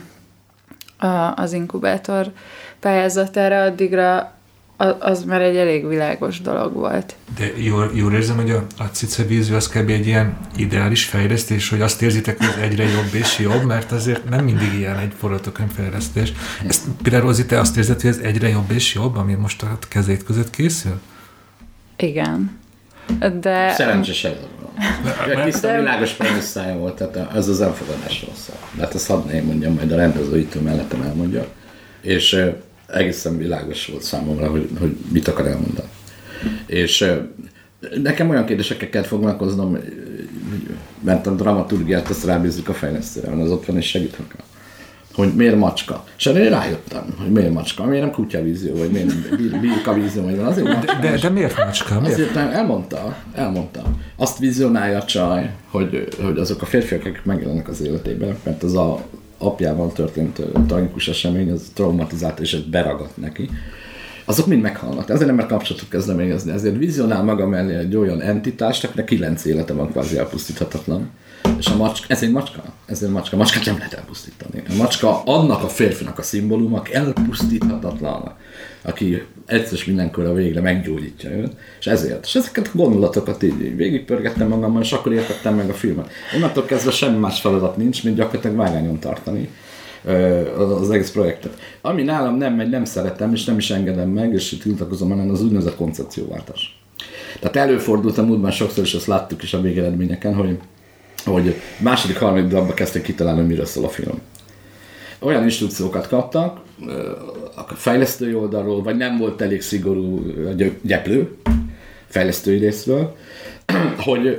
az inkubátor pályázatára, addigra az már egy elég világos dolog volt. De jól érzem, hogy a cicavízió az kb. Egy ilyen ideális fejlesztés, hogy azt érzitek, hogy egyre jobb és jobb, mert azért nem mindig ilyen egy forgatókönyvfejlesztés. Ezt például Rózi, te azt érzed, hogy ez egyre jobb és jobb, ami most a kezét között készül? Igen. De... Szerencsés ez. Tiszta világos premisszája volt, tehát ez az elfogadásról szól. De hát ezt hadd én mondjam, majd a rendezőitől mellettem elmondja. És egészen világos volt számomra, hogy mit akar elmondani. És nekem olyan kérdésekkel kell foglalkoznom, mert a dramaturgiát azt rábízzük a fejlesztőre, az ott van és segít nekem. Hogy miért macska. És én rájöttem, hogy miért macska, miért nem kutyavízió, vagy miért nem birkavízió, vagy van. Azért macska. De miért macska? Miért? Azért nem, elmondta. Azt vizionálja a csaj, hogy azok a férfiak, akik megjelennek az életében, mert az a apjával történt tragikus esemény, az traumatizálta, és ez beragadt neki. Azok mind meghalnak. Ezért nem mer kapcsolatot kezdeményezni. Ezért vizionál maga mellé egy olyan entitást, akinek 9 élete van kvázi elpusztíthatatlan. És a macska, ez egy macska? Ezért macska. Macskát nem lehet elpusztítani. A macska annak a férfinak a szimbóluma, aki elpusztíthatatlan, aki egyszer mindenkor a végre meggyógyítja őt. És ezért. És ezeket a gondolatokat így végigpörgettem magammal, és akkor értettem meg a filmet. Onnantól kezdve semmi más feladat nincs, mint gyakorlatilag vágányon tartani az egész projektet. Ami nálam nem megy, nem szeretem, és nem is engedem meg, és itt tiltakozom ellen, az úgynevezett koncepcióváltás. Tehát előfordult a múltban sokszor, és azt láttuk is a végeredményeken, hogy második, harmadik darabban kezdték kitalálni, hogy miről szól a film. Olyan instrukciókat kaptak a fejlesztői oldalról, vagy nem volt elég szigorú gyeplő fejlesztői részről, hogy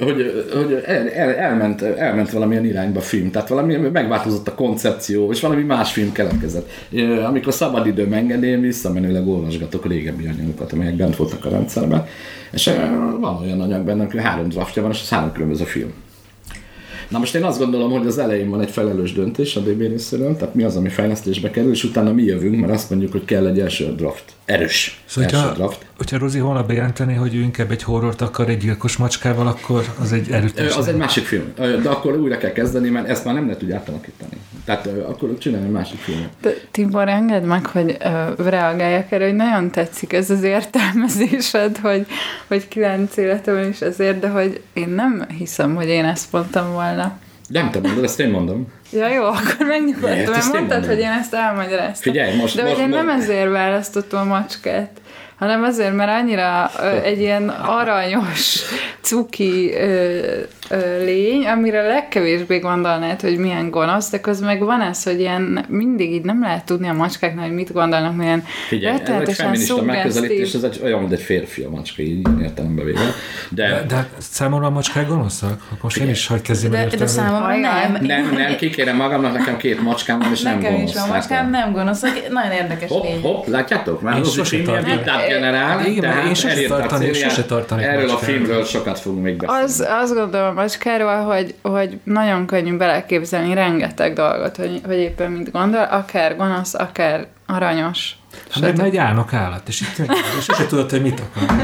elment valamilyen irányba a film, tehát valami megváltozott a koncepció, és valami más film keletkezett. Amikor szabadidőm enged, én visszamenőleg olvasgatok régebbi anyagokat, amelyek bent voltak a rendszerben, és van olyan anyag benne, hogy 3 draftja van, és ez 3 különböző film. Na most én azt gondolom, hogy az elején van egy felelős döntés a DB részéről, tehát mi az, ami fejlesztésbe kerül, és utána mi jövünk, mert azt mondjuk, hogy kell egy első draft. Erős szóval első draft. Hogyha Rozi holnap bejelenteni, hogy ő inkább egy horrort akar egy gyilkos macskával, akkor az egy erőteljes. Az egy másik film, de akkor újra kell kezdeni, mert ezt már nem lehet úgy átalakítani. Tehát akkor csinálni egy másik filmet. Tibor, engedd meg, hogy reagáljak erre, hogy nagyon tetszik ez az értelmezésed, hogy 9 életem is ezért, de hogy én nem hiszem, hogy én ezt mondtam volna. Nem te mondod, ezt én mondom. Ja, jó, akkor megnyugodtam, mert mondtad, hogy én ezt elmagyaráztam. Figyelj, most... De én nem ezért választottam a macskát, hanem azért, mert annyira egy ilyen aranyos, cuki lény, amire legkevésbé gondolnád, hogy milyen gonosz, de közben meg van ez, hogy ilyen mindig így nem lehet tudni a macskáknál, hogy mit gondolnak, milyen rettenetesen megközelítés, ez olyan, mint egy férfi a macska, így értelembe véve. De számomra a macskák gonoszak? Most én is hagy kezdjem el értelni. De számomra nem, kikérem magamnak, nekem 2 macskám van, és nem gonosz. Nekem is a macskám nem gonosz, nagyon érdekes lény. Hopp, látjátok? Már az vitát generál, én sose tartani. Erről a filmről sokat fogunk még beszélni. Azt gondolom a macskáról, hogy nagyon könnyű beleképzelni rengeteg dolgot, hogy éppen mit gondol, akár gonosz, akár aranyos. Mert egy álnok állat, és sose tudod, hogy mit akar.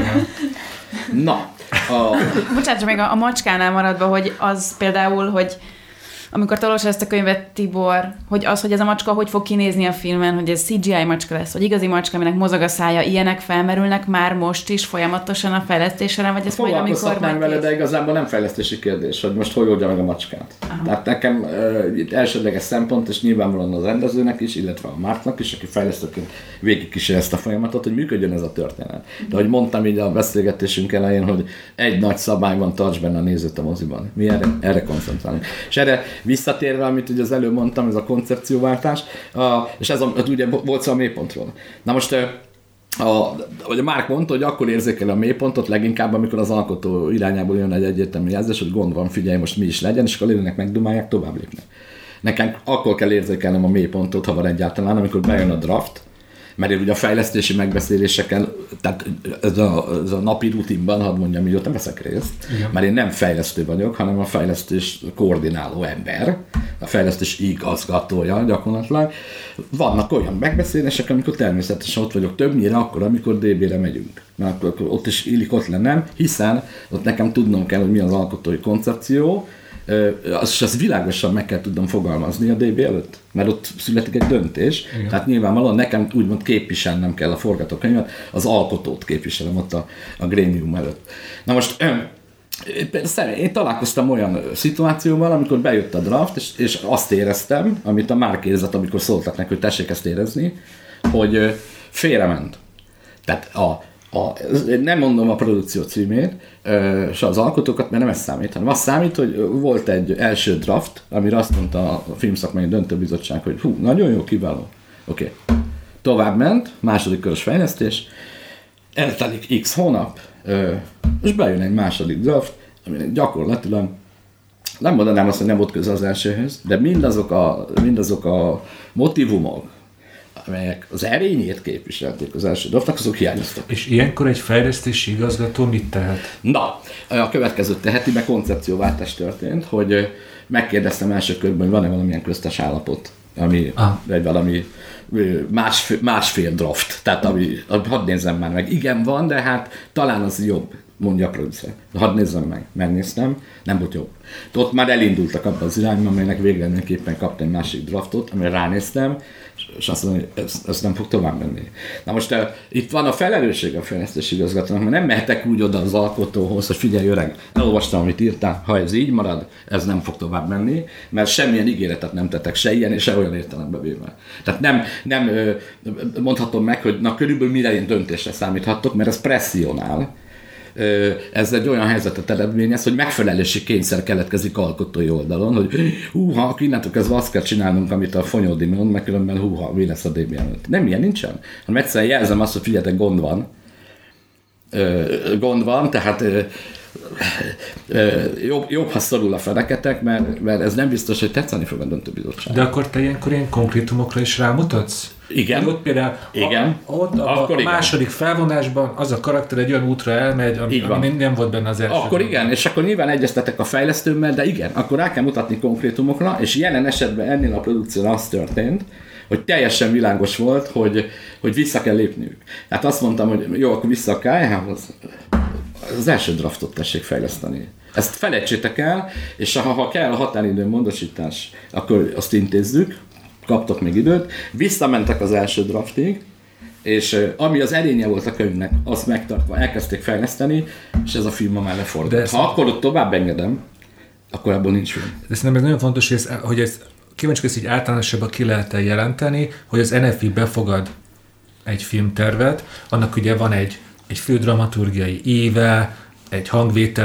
Na. Bocsánat, még a macskánál maradva, hogy az például, hogy amikor te olvasod ezt a könyvet, Tibor, hogy ez a macska hogy fog kinézni a filmen, hogy ez CGI macska lesz, vagy igazi macska, aminek mozog a szája, ilyenek felmerülnek már most is folyamatosan a fejlesztésre, vagy ez majd amikor vele, de igazából nem fejlesztési kérdés, hogy most hogy oldja meg a macskát. Aha. Tehát nekem itt elsődleges szempont, és nyilvánvalóan az rendezőnek is, illetve a Marknak is, aki fejlesztőként végigkísér ezt a folyamatot, hogy működjön ez a történet. De ahogy mondtam így a beszélgetésünk elején, hogy egy nagy szabály van, tarts benne a nézőt a moziban. Mi erre koncentrálunk. És erre visszatérve, amit ugye az előbb mondtam, ez a koncepcióváltás, és ez ugye volt szó a mélypontról. Na most, ahogy a Mark mondta, hogy akkor érzékel a mélypontot leginkább, amikor az alkotó irányából jön egy egyértelmű jelzés, hogy gond van, figyelj, most mi is legyen, és akkor lélnek megdumálják, tovább lépnek. Nekem akkor kell érzékelnem a mélypontot, ha van egyáltalán, amikor bejön a draft, mert én ugye a fejlesztési megbeszéléseken, tehát ez a napi rutinban, hadd mondjam, hogy ott nem veszek részt, igen. Mert én nem fejlesztő vagyok, hanem a fejlesztés koordináló ember, a fejlesztés igazgatója gyakorlatilag. Vannak olyan megbeszélések, amikor természetesen ott vagyok többnyire akkor, amikor DB-re megyünk. Mert akkor ott is illik ott lennem, hiszen ott nekem tudnom kell, hogy mi az alkotói koncepció, azt világosan meg kell tudnom fogalmazni a DB előtt, mert ott születik egy döntés, igen. Tehát nyilvánvalóan nekem úgymond képviselnem kell a forgatókönyvet, az alkotót képviselem ott a grémium előtt. Na most én találkoztam olyan szituációval, amikor bejött a draft, és azt éreztem, amit a Mark érzett, amikor szóltak neki, hogy tessék ezt érezni, hogy félrement. Tehát nem mondom a produkció címét, és az alkotókat, mert nem ez számít, hanem az számít, hogy volt egy első draft, amire azt mondta a filmszakmai döntőbizottság, hogy nagyon jó, kiváló. Oké. Tovább ment, második körös fejlesztés, eltelik x hónap, és bejön egy második draft, ami gyakorlatilag nem mondanám azt, hogy nem volt köze az elsőhöz, de mindazok a motivumok, amelyek az erényét képviselték az első draftnak, azok hiányoztak. És ilyenkor egy fejlesztési igazgató mit tehet? Na, a következőt teheti, mert koncepcióváltás történt, hogy megkérdeztem első körben, hogy van-e valamilyen köztes állapot, ami egy valami másfél draft, tehát hadd nézzem már meg. Igen, van, de hát talán az jobb, mondja a producer. Hadd nézzem meg. Megnéztem, nem volt jobb. Ott már elindultak abban az irányban, amelynek véglegesképpen kaptam egy másik draftot, amire ránéztem, és azt mondom, hogy ez nem fog tovább menni. Na most itt van a felelősség a fejlesztési igazgatónak, mert nem mehetek úgy oda az alkotóhoz, hogy figyelj öreg, elolvastam, amit írtál, ha ez így marad, ez nem fog tovább menni, mert semmilyen ígéretet nem tettek, se ilyen és se olyan értelembe véve. Tehát nem mondhatom meg, hogy na körülbelül mire én döntésre számíthattok, mert ez presszionál. Ez egy olyan helyzetet eredményez, hogy megfelelési kényszer keletkezik alkotói oldalon, hogy ha innentől kezdve azt kell csinálnunk, amit a Fonyódi mond, meg különben mi lesz a DB előtt. Nem ilyen nincsen, hanem egyszerűen jelzem azt, hogy figyeljetek, gond van, tehát jobb, ha szorul a feneketek, mert ez nem biztos, hogy tetszeni fog a döntőbizottság. De akkor te ilyenkor ilyen konkrétumokra is rámutatsz? Igen. Ott például a második felvonásban az a karakter egy olyan útra elmegy, ami nem volt benne az első. Akkor igen, és akkor nyilván egyeztetek a fejlesztőmmel, de igen, akkor rá kell mutatni konkrétumokra, és jelen esetben ennél a produkcióra az történt, hogy teljesen világos volt, hogy vissza kell lépniük. Tehát azt mondtam, hogy jó, akkor vissza a KH-hoz, az első draftot tessék fejleszteni. Ezt felejtsétek el, és ha kell a határidő módosítás, akkor azt intézzük, kaptok még időt, visszamentek az első draftig, és ami az erénye volt a könyvnek, azt megtartva elkezdték fejleszteni, és ez a film ma már lefordult. Ha akkor ott tovább engedem, akkor abból nincs film. De szerintem ez nagyon fontos, hogy ez kíváncsi, ezt így általánosabban ki lehet jelenteni, hogy az NFI befogad egy filmtervet, annak ugye van egy fődramaturgiai éve, egy hangvétele,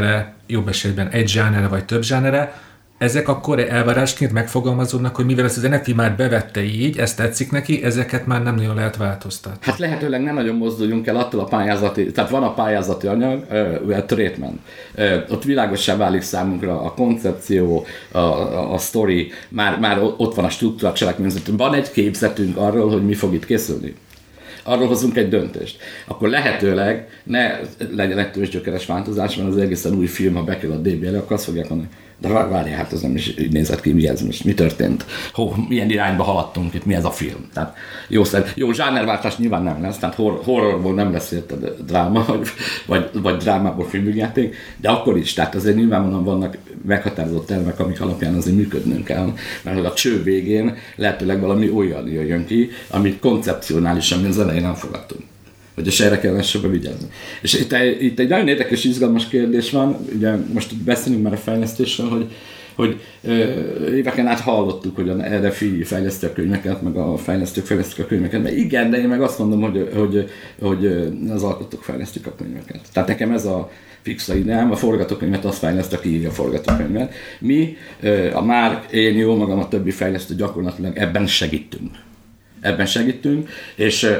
jobb esetben egy zsánere vagy több zsánere, ezek akkor elvárásként megfogalmazódnak, hogy mivel ezt az NFT már bevette így, ezt tetszik neki, ezeket már nem nagyon lehet változtatni. Hát lehetőleg nem nagyon mozduljunk el attól a pályázati, tehát van a pályázati anyag, a treatment. Ott világossá válik számunkra a koncepció, a sztori, már ott van a struktúra, a cselekményzetünk. Van egy képzetünk arról, hogy mi fog itt készülni. Arról hozunk egy döntést. Akkor lehetőleg ne legyen egy tőzsgyökeres változás, mert az egészen új film, ha bekerül a DB-re, akkor azt fogják mondani, de várjál, hát ez nem is így nézett ki, mi ez most, mi történt, milyen irányba haladtunk itt, mi ez a film. Tehát jó zsánerváltás nyilván nem lesz, tehát horrorból nem lesz érted dráma, vagy drámából filmjáték, de akkor is, tehát azért nyilvánvalóan vannak meghatározott tervek, amik alapján azért működnünk kell, mert a cső végén lehetőleg valami olyan jöjjön ki, amit koncepcionálisan az elején nem fogadtunk. Hogy erre kellene sokkal vigyázni. És itt egy nagyon érdekes, izgalmas kérdés van, ugye most beszélünk már a fejlesztésről, hogy éveken át hallottuk, hogy a RFI fejleszti a könyveket, meg a fejlesztők fejlesztik a könyveket, mert igen, de én meg azt mondom, hogy az alkotók fejlesztik a könyveket. Tehát nekem ez a fixa ideám, a forgatókönyvet azt fejleszt, aki írja a forgatókönyvet. Mi, a Márk, én, jó magam, a többi fejlesztő gyakorlatilag ebben segítünk, és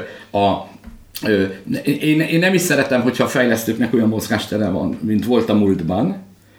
én nem is szeretem, hogyha a fejlesztőknek olyan mozgástere van, mint volt a múltban,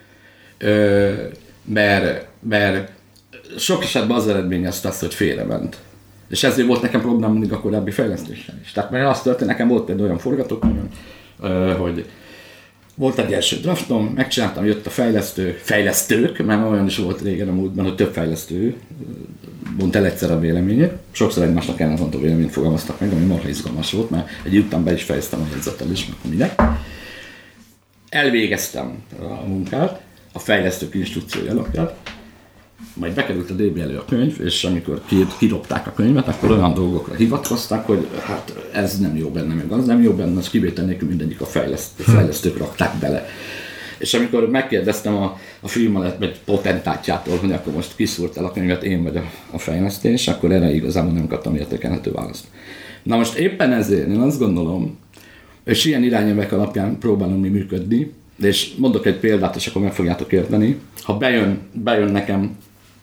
mert sok esetben az eredményezte azt, hogy félrement. És ezért volt nekem problémám mindig a korábbi fejlesztéssel is. Tehát mert azt történt, nekem volt például olyan forgatókönyv, hogy volt egy első draftom, megcsináltam, jött a fejlesztők, mert olyan is volt régen a múltban, hogy több fejlesztő mondta el egyszer a véleményét. Sokszor egymásnak ellentmondó véleményt fogalmaztak meg, ami marha izgalmas volt, mert egy után be is fejeztem a jegyzettel is, meg minek. Elvégeztem a munkát, a fejlesztők instrukciója alapján, majd bekerült a DB elő a könyv, és amikor kidobták a könyvet, akkor olyan dolgokra hivatkoztak, hogy hát ez nem jó benne, meg az nem jó benne, az kivétel nélkül mindegyik a fejlesztők rakták bele. És amikor megkérdeztem a film egy potentátjától, hogy akkor most kiszúrt el a könyvet, én vagy a fejlesztés, akkor erre igazából nem kaptam értékelhető választ. Na most éppen ezért én azt gondolom, és ilyen irányelvek alapján próbálom mi működni, és mondok egy példát, és akkor meg fogjátok érteni. Ha bejön nekem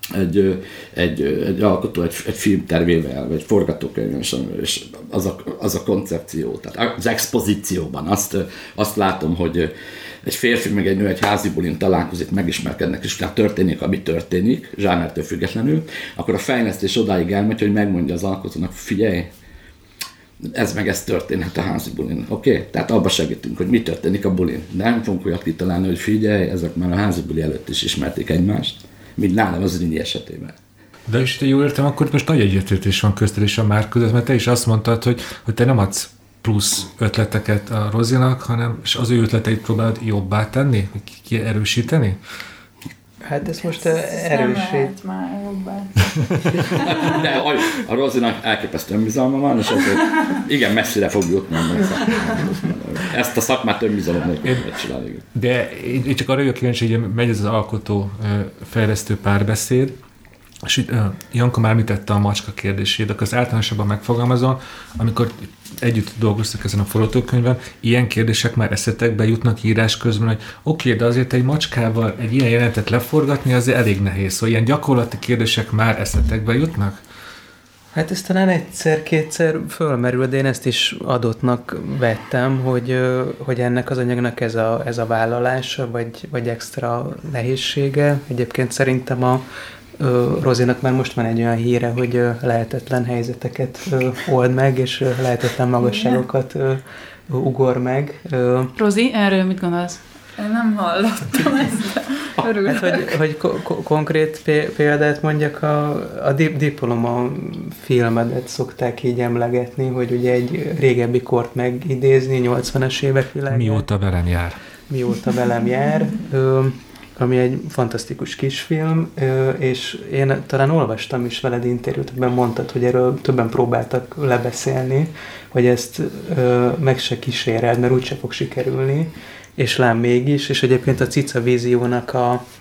egy alkotó egy filmtervével, vagy forgatókönyv, és az a koncepció, tehát az expozícióban azt látom, hogy egy férfi meg egy nő egy házi bulin találkozik, megismerkednek, és utána történik, ami történik, zsánertől függetlenül, akkor a fejlesztés odáig elmegy, hogy megmondja az alkotónak, figyelj, ez történhet a házi bulin. Oké? Tehát abba segítünk, hogy mi történik a bulin. Nem fogunk olyat kitalálni, hogy figyelj, ezek már a házi buli előtt is ismerték egymást, mint nálam az Rinyi esetében. De is, jól értem, akkor most nagy egyetértés van közted és a Márk között, mert te is azt mondtad, hogy te nem adsz plusz ötleteket a Rozinak, hanem és az ő ötleteit próbálod jobbá tenni, erősíteni? Hát ez most erősít. Már jobbá. De a Rozinak elképesztő önbizalma van, és azért igen, messzire fog jutni. Ezt a szakmát önbizalom nélkül csinálni. De én csak arra jövök kíváncsi, hogy megy ez az alkotó fejlesztő párbeszéd, és itt Janka már említette a macska kérdését, de az általánosabban megfogalmazom, amikor együtt dolgoztak ezen a forgatókönyvben, ilyen kérdések már eszetekbe jutnak írás közben, hogy oké, de azért egy macskával egy ilyen jelentet leforgatni azért elég nehéz, szóval ilyen gyakorlati kérdések már eszetekbe jutnak? Hát ez talán egyszer-kétszer fölmerül, de én ezt is adottnak vettem, hogy ennek az anyagnak ez a vállalása, vagy extra nehézsége. Egyébként szerintem a Rozinak már most van egy olyan híre, hogy lehetetlen helyzeteket old meg, és lehetetlen magasságokat ugor meg. Rozi, erről mit gondolsz? Én nem hallottam ezt. Hát, hogy konkrét példát mondjak, a diploma filmedet szokták így emlegetni, hogy ugye egy régebbi kort megidézni, 80-as évek világát. Mióta velem jár. Ami egy fantasztikus kisfilm, és én talán olvastam is veled interjút, amiben mondtad, hogy erről többen próbáltak lebeszélni, hogy ezt meg se kíséreld, mert úgyse fog sikerülni, és lám mégis, és egyébként a Cica Víziónak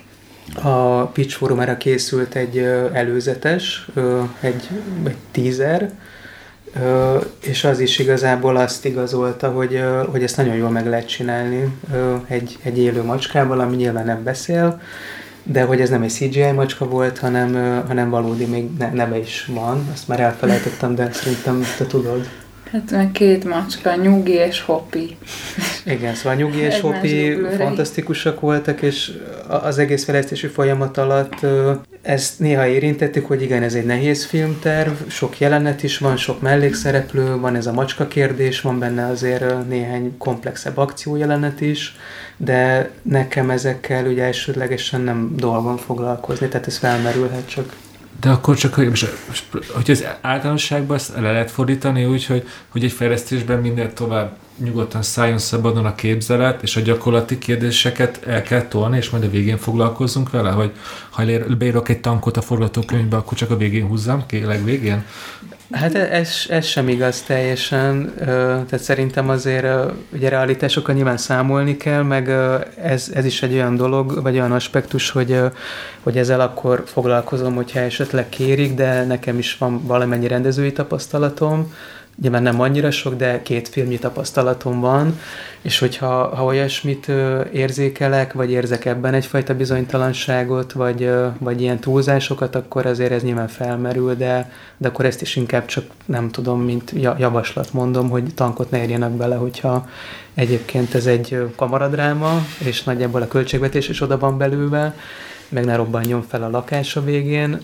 a Pitch Forumára készült egy előzetes, egy teaser, és az is igazából azt igazolta, hogy ezt nagyon jól meg lehet csinálni egy élő macskával, ami nyilván nem beszél, de hogy ez nem egy CGI macska volt, hanem valódi, még neve is van. Azt már elfelejtettem, de szerintem te tudod. Hát meg 2 macska, Nyugi és Hopi. Igen, szóval Nyugi és Hopi fantasztikusak voltak, és az egész fejlesztési folyamat alatt ezt néha érintettük, hogy igen, ez egy nehéz filmterv, sok jelenet is van, sok mellékszereplő, van ez a macska kérdés, van benne azért néhány komplexebb akciójelenet is, de nekem ezekkel ugye elsődlegesen nem dolgom foglalkozni, tehát ez felmerülhet csak. De akkor csak, hogy az általánosságban ezt le lehet fordítani úgy, hogy egy fejlesztésben minél tovább nyugodtan szálljon szabadon a képzelet, és a gyakorlati kérdéseket el kell tolni, és majd a végén foglalkozzunk vele, hogy ha beírok egy tankot a forgatókönyvbe, akkor csak a végén húzzam ki, legvégén? Hát ez sem igaz teljesen, tehát szerintem azért ugye realitásokkal nyilván számolni kell, meg ez is egy olyan dolog, vagy olyan aspektus, hogy ezzel akkor foglalkozom, hogyha esetleg kérik, de nekem is van valamennyi rendezői tapasztalatom, nyilván nem annyira sok, de 2 filmnyi tapasztalatom van, és hogyha olyasmit érzékelek, vagy érzek ebben egyfajta bizonytalanságot, vagy ilyen túlzásokat, akkor azért ez nyilván felmerül, de akkor ezt is inkább csak nem tudom, mint javaslat mondom, hogy tankot ne érjenek bele, hogyha egyébként ez egy kamaradráma, és nagyjából a költségvetés is oda van belőle, meg ne robbanjon fel a lakás a végén,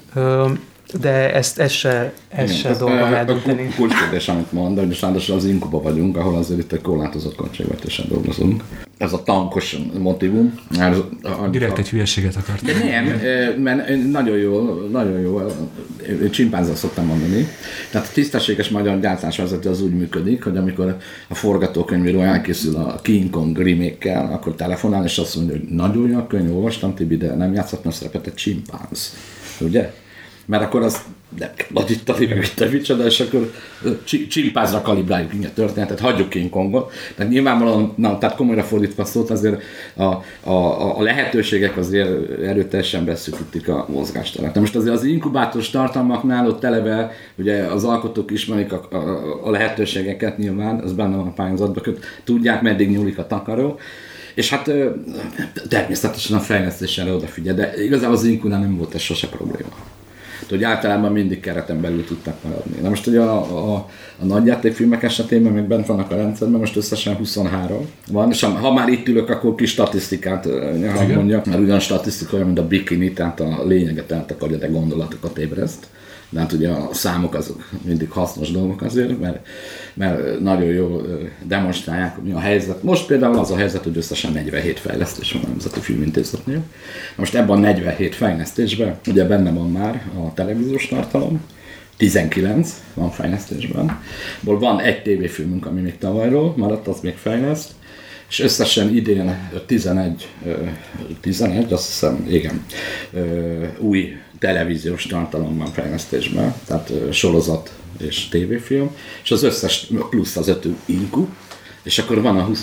de ez se dolgom eldönteni. A kulcskérdés, amit mondom, és ráadásul az Inkuba vagyunk, ahol azért itt egy korlátozott költségvetésen dolgozunk. Ez a tankos motivum. Direkt egy hülyeséget akartam. De nem, mert nagyon jó, csimpánzal szoktam mondani. Tehát a tisztességes magyar gyártásvezető az úgy működik, hogy amikor a forgatókönyvíró elkészül a King Kong remake-kel, akkor telefonál, és azt mondja, hogy nagyon jó a könyv, olvastam, Tibi, de nem játszhatna szerepet egy csimpánz. Ugye? Mert akkor az nem kell nagyítani, meg itt a micsoda, és akkor csimpázra kalibráljuk a történetet, hagyjuk King Kongot. Tehát nyilvánvalóan, tehát komolyra fordítva szót, azért a lehetőségek azért erőteljesen beszűkítik a mozgásteret. Most azért az inkubátoros tartalmaknál ott eleve, ugye az alkotók ismerik a lehetőségeket nyilván, az benne van a pályázatban, tudják, meddig nyúlik a takaró. És hát természetesen a fejlesztésre odafigyel, de igazából az Inkunál nem volt ez sose probléma. Hogy általában mindig kereten belül tudtak maradni. Na most ugye a nagyjátékfilmek esetében még bent vannak a rendszerben, most összesen 23 van, és ha már itt ülök, akkor kis statisztikát mondjak, mert ugyan statisztika olyan, mint a bikini, tehát a lényeget eltakarja, de gondolatokat ébreszt. De hát ugye a számok azok mindig hasznos dolgok azért, mert nagyon jól demonstrálják, mi a helyzet. Most például az a helyzet, hogy összesen 47 fejlesztés van a Nemzeti Filmintézetnél. Most ebben a 47 fejlesztésben ugye benne van már a televíziós tartalom, 19 van fejlesztésben, ból van egy tévéfilmünk, ami még tavalyról maradt, az még fejleszt, és összesen idén 11 azt hiszem, igen, új televíziós tartalom van fejlesztésben, tehát sorozat és tévéfilm, és az összes plusz az 5 inku, és akkor van a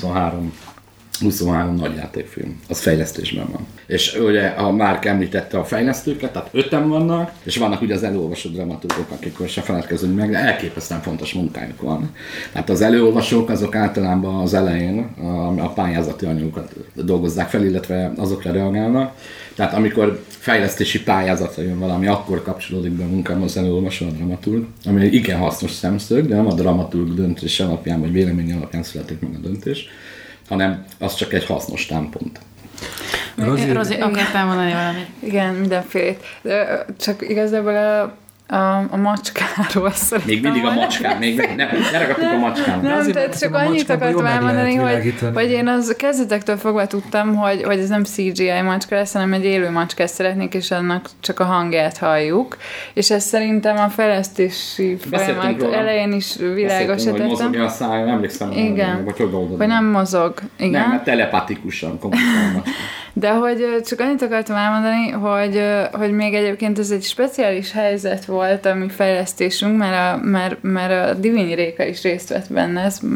23 nagyjátékfilm, az fejlesztésben van. És ugye a Márk említette a fejlesztőket, tehát 5-en vannak, és vannak ugye az előolvasó dramaturgok, akikről se feledkezünk meg, de elképesztően fontos munkájuk van. Tehát az előolvasók azok általában az elején a pályázati anyagokat dolgozzák fel, illetve azokra reagálnak. Tehát amikor fejlesztési pályázatra jön valami, akkor kapcsolódik be a munkám az előolvasó, a dramaturg, ami egy igen hasznos szemszög, de nem a dramaturg döntés alapján, vagy vélemény alapján születik meg a döntés, hanem az csak egy hasznos támpont. Rozi, akartál mondani valamit? Igen, mindenfélét. De csak igazából a macskáról szerintem. Még mindig a macskán, ne ragadtuk a macskán. Nem, tehát csak annyit akartam elmondani, hogy én az kezdetektől fogva tudtam, hogy ez nem CGI macska lesz, hanem egy élő macskát szeretnék, és annak csak a hangját halljuk. És ez szerintem a fejlesztési folyamat elején is világos tettem. Hogy mozogja a száj, emlékszem, igen. Hogy nem mozog. Igen. Nem, mert telepatikusan kommunikál. De hogy csak annyit akartam elmondani, hogy még egyébként ez egy speciális helyzet volt a mi fejlesztésünk, mert a Divényi Réka is részt vett benne, ez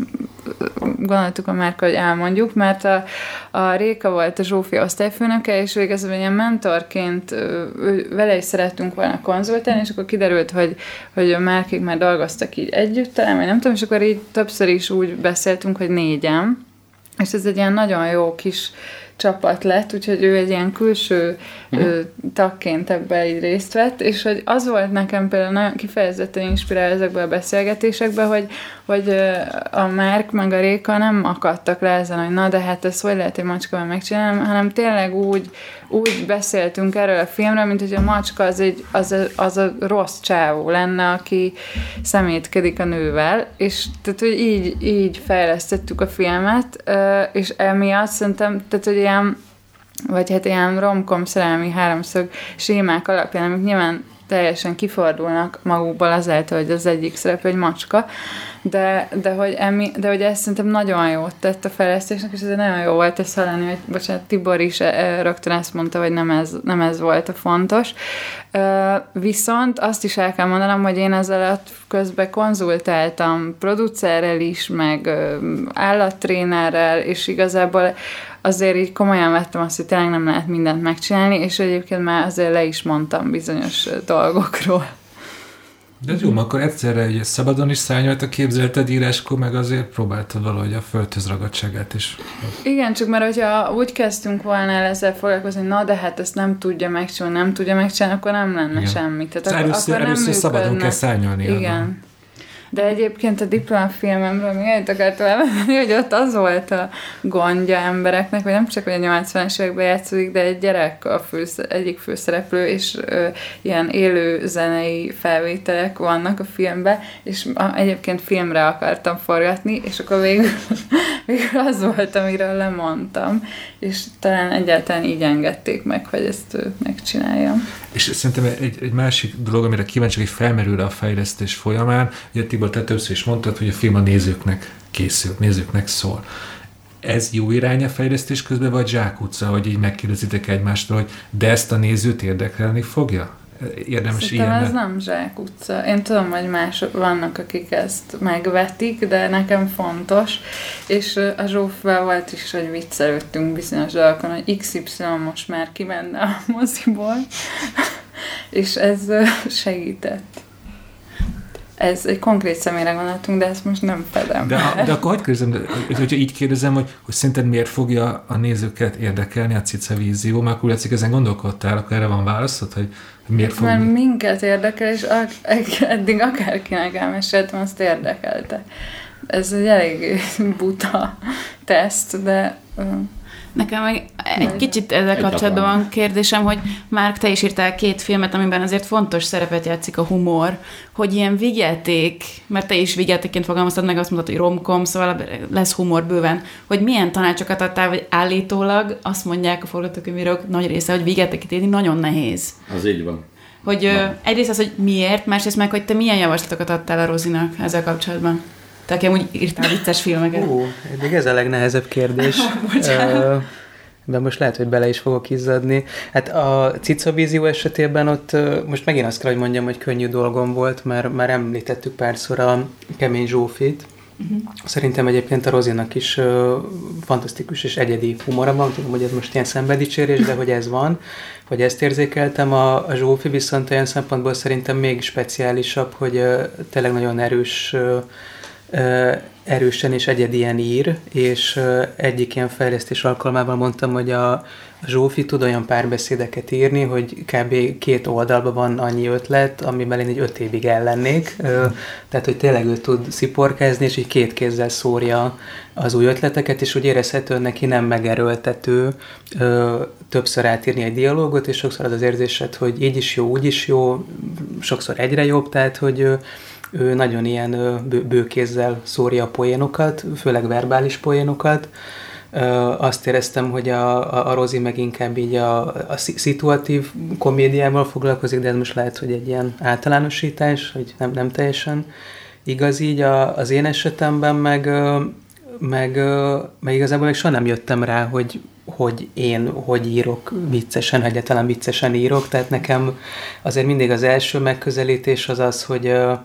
gondoltuk a Márka, hogy elmondjuk, mert a Réka volt a Zsófi osztályfőnöke, és igazából ilyen mentorként vele is szerettünk volna konzultálni, és akkor kiderült, hogy a Márkik már dolgoztak így együtt, talán, vagy nem tudom, és akkor így többször is úgy beszéltünk, hogy 4-en, és ez egy ilyen nagyon jó kis csapat lett, úgyhogy ő egy ilyen külső tagként ebben így részt vett, és hogy az volt nekem például nagyon kifejezetten inspiráló ezekben a beszélgetésekben, hogy a Márk meg a Réka nem akadtak le ezen, hogy na, de hát ezt hogy lehet egy macskával megcsinálni, hanem tényleg úgy beszéltünk erről a filmről, mint hogy a macska az a rossz csávó lenne, aki szemétkedik a nővel, és tehát, hogy így fejlesztettük a filmet, és emiatt szerintem, tehát, hogy ilyen rom-com szerelmi háromszög sémák alapján, amik nyilván teljesen kifordulnak magukból azáltal, hogy az egyik szereplő egy macska, de hogy ez szerintem nagyon jót tett a fejlesztésnek, és ez nagyon jó volt ezt hallani, hogy bocsánat, Tibor is rögtön ezt mondta, hogy nem ez volt a fontos. Viszont azt is el kell mondanom, hogy én ezzel közben konzultáltam producerrel is, meg állattrénerrel, és igazából azért így komolyan vettem azt, hogy tényleg nem lehet mindent megcsinálni, és egyébként már azért le is mondtam bizonyos dolgokról. De jó, akkor egyszerre ugye szabadon is szárnyalta képzelted íráskor, meg azért próbáltad valahogy a földhöz ragadtságát is. Igen, csak mert hogyha úgy kezdtünk volna el ezzel foglalkozni, na de hát ezt nem tudja megcsinálni, akkor nem lenne igen. semmi. Tehát először szabadon kell szárnyalni. Igen. De egyébként a diplomafilmemről még egyet akartam elmondani, hogy ott az volt a gondja embereknek, hogy nem csak hogy a 80-as években játszódik, de egy gyerek egyik főszereplő, és ilyen élő zenei felvételek vannak a filmben, és egyébként filmre akartam forgatni, és akkor végül az volt, amiről lemondtam, és talán egyáltalán így engedték meg, hogy ezt megcsináljam. És szerintem egy másik dolog, amire kíváncsi, hogy felmerül a fejlesztés folyamán, ugye Tibor, te többször is mondtad, hogy a film a nézőknek készül, nézőknek szól. Ez jó irány a fejlesztés közben, vagy zsákutca, hogy így megkérdezitek egymástól, hogy de ezt a nézőt érdekelni fogja? Érdemes szerintem ilyen. Ez nem zsákutca. Én tudom, hogy mások vannak, akik ezt megvetik, de nekem fontos. És a Zsófival volt is, hogy viccelődtünk bizonyos dolgokon, hogy XY most már kimenne a moziból, és ez segített. Ez egy konkrét személyre gondoltunk, de ezt most nem fedem. De akkor hogy kérdezem, hogyha így kérdezem, hogy szerinted miért fogja a nézőket érdekelni a Cica vízió, már akkor látszik, ezen gondolkodtál, akkor erre van válaszod, hogy miért fog... Mert minket érdekel, és eddig akárkinek elmeséltem, azt érdekelte. Ez egy elég buta teszt, de... Nekem meg egy kicsit ezzel kapcsolatban van kérdésem, hogy Márk, te is írtál 2 filmet, amiben azért fontos szerepet játszik a humor, hogy ilyen vigyáték, mert te is vigyátékként fogalmaztad meg, azt mondtad, hogy rom-com, szóval lesz humor bőven, hogy milyen tanácsokat adtál, vagy állítólag azt mondják a forgatókönyvírók nagy része, hogy vigyátéket írni nagyon nehéz. Az így van. Hogy egyrészt az, hogy miért, másrészt meg, hogy te milyen javaslatokat adtál a Rozinak ezzel kapcsolatban? Te, aki amúgy írtál vicces filmeket. Eddig ez a legnehezebb kérdés. De most lehet, hogy bele is fogok izzadni. Hát a Cica vízió esetében ott most megint azt kell, hogy mondjam, hogy könnyű dolgom volt, mert már említettük párszor a Kemény Zsófit. Szerintem egyébként a Rozinak is fantasztikus és egyedi humora van. Tudom, hogy ez most ilyen szenvedicsérés, de hogy ez van, hogy ezt érzékeltem. A Zsófi viszont olyan szempontból szerintem még speciálisabb, hogy tényleg nagyon erősen és egyedien ír, és egyik ilyen fejlesztés alkalmával mondtam, hogy a Zsófi tud olyan párbeszédeket írni, hogy kb. 2 oldalban van annyi ötlet, amiben én egy 5 évig ellennék. Tehát, hogy tényleg ő tud sziporkázni, és így 2 kézzel szórja az új ötleteket, és úgy érezhetően neki nem megerőltető többször átírni egy dialógot, és sokszor az érzésed, hogy így is jó, úgy is jó, sokszor egyre jobb, tehát, hogy ő nagyon ilyen bőkézzel szórja a poénokat, főleg verbális poénokat. Azt éreztem, hogy a Rozi meg inkább így a szituatív komédiával foglalkozik, de ez most lehet, hogy egy ilyen általánosítás, hogy nem teljesen igaz így az én esetemben, meg igazából még soha nem jöttem rá, hogy én hogy írok viccesen, ha egyáltalán viccesen írok, tehát nekem azért mindig az első megközelítés az az,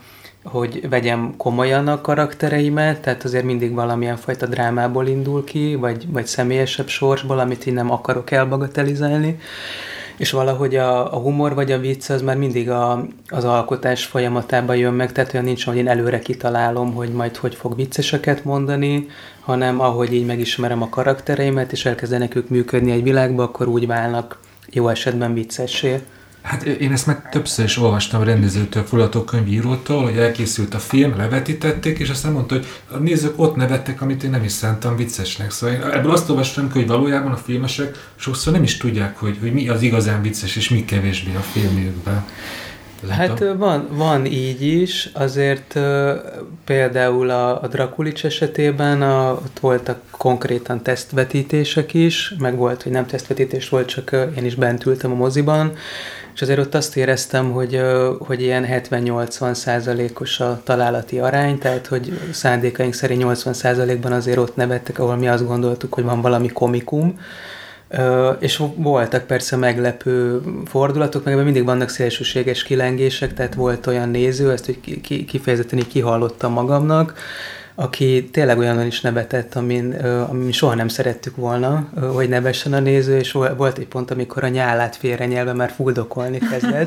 hogy vegyem komolyan a karaktereimet, tehát azért mindig valamilyen fajta drámából indul ki, vagy személyesebb sorsból, amit én nem akarok elbagatelizálni. És valahogy a humor vagy a vicc az már mindig az alkotás folyamatában jön meg, tehát olyan nincs, hogy én előre kitalálom, hogy majd hogy fog vicceseket mondani, hanem ahogy így megismerem a karaktereimet, és elkezdenek ők működni egy világba, akkor úgy válnak jó esetben viccessé. Hát én ezt meg többször is olvastam a rendezőtől, forgatókönyvírótól, hogy elkészült a film, levetítették, és aztán mondta, hogy a nézők ott nevettek, amit én nem is szántam viccesnek. Szóval én ebből azt olvastam, hogy valójában a filmesek sokszor nem is tudják, hogy mi az igazán vicces, és mi kevésbé a filmjükben. Hát van így is, azért például a Drakulics esetében ott voltak konkrétan tesztvetítések is, meg volt, hogy nem tesztvetítés volt, csak én is bent ültem a moziban, és azért ott azt éreztem, hogy ilyen 70-80%-os a találati arány, tehát hogy szándékaink szerint 80%-ban azért ott nevettek, ahol mi azt gondoltuk, hogy van valami komikum, és voltak persze meglepő fordulatok, meg ebben mindig vannak szélsőséges kilengések, tehát volt olyan néző, ezt hogy kifejezetten így kihallottam magamnak, aki tényleg olyanon is nevetett, amin soha nem szerettük volna, hogy nevessen a néző, és volt egy pont, amikor a nyálát félrenyelve már fuldokolni kezdett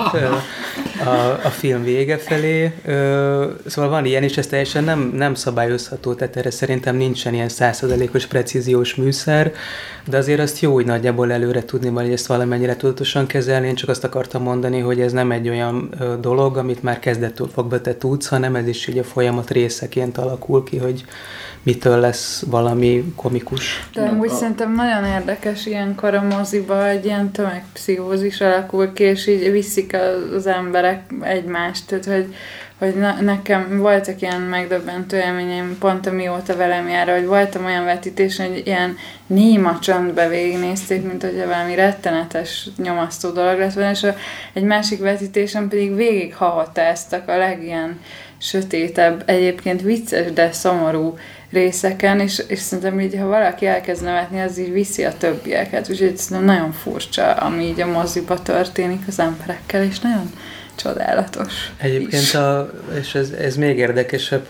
a film vége felé. Szóval van ilyen, és ez teljesen nem szabályozható, tehát erre szerintem nincsen ilyen 100%-os precíziós műszer, de azért azt jó, hogy nagyjából előre tudni, vagy ezt valamennyire tudatosan kezelni. Én csak azt akartam mondani, hogy ez nem egy olyan dolog, amit már kezdettől fogva te tudsz, hanem ez is így a folyamat részeként alakul ki, hogy mitől lesz valami komikus. De amúgy szerintem nagyon érdekes ilyenkor a moziba, egy ilyen tömegpszichózis alakul ki, és így viszik az emberek egymást, tehát hogy nekem voltak ilyen megdöbbentő élményeim pont amióta velem jár, hogy voltam olyan vetítésen, hogy ilyen néma csöndbe végignézték, mint hogy valami rettenetes, nyomasztó dolog lett volna, és egy másik vetítésen pedig végig hahotáztak a legilyen sötétebb, egyébként vicces, de szomorú részeken, és szerintem így, ha valaki elkezd nevetni, az így viszi a többieket, úgyhogy szerintem nagyon furcsa, ami így a moziba történik az emberekkel, és nagyon csodálatos. Egyébként és ez még érdekesebb,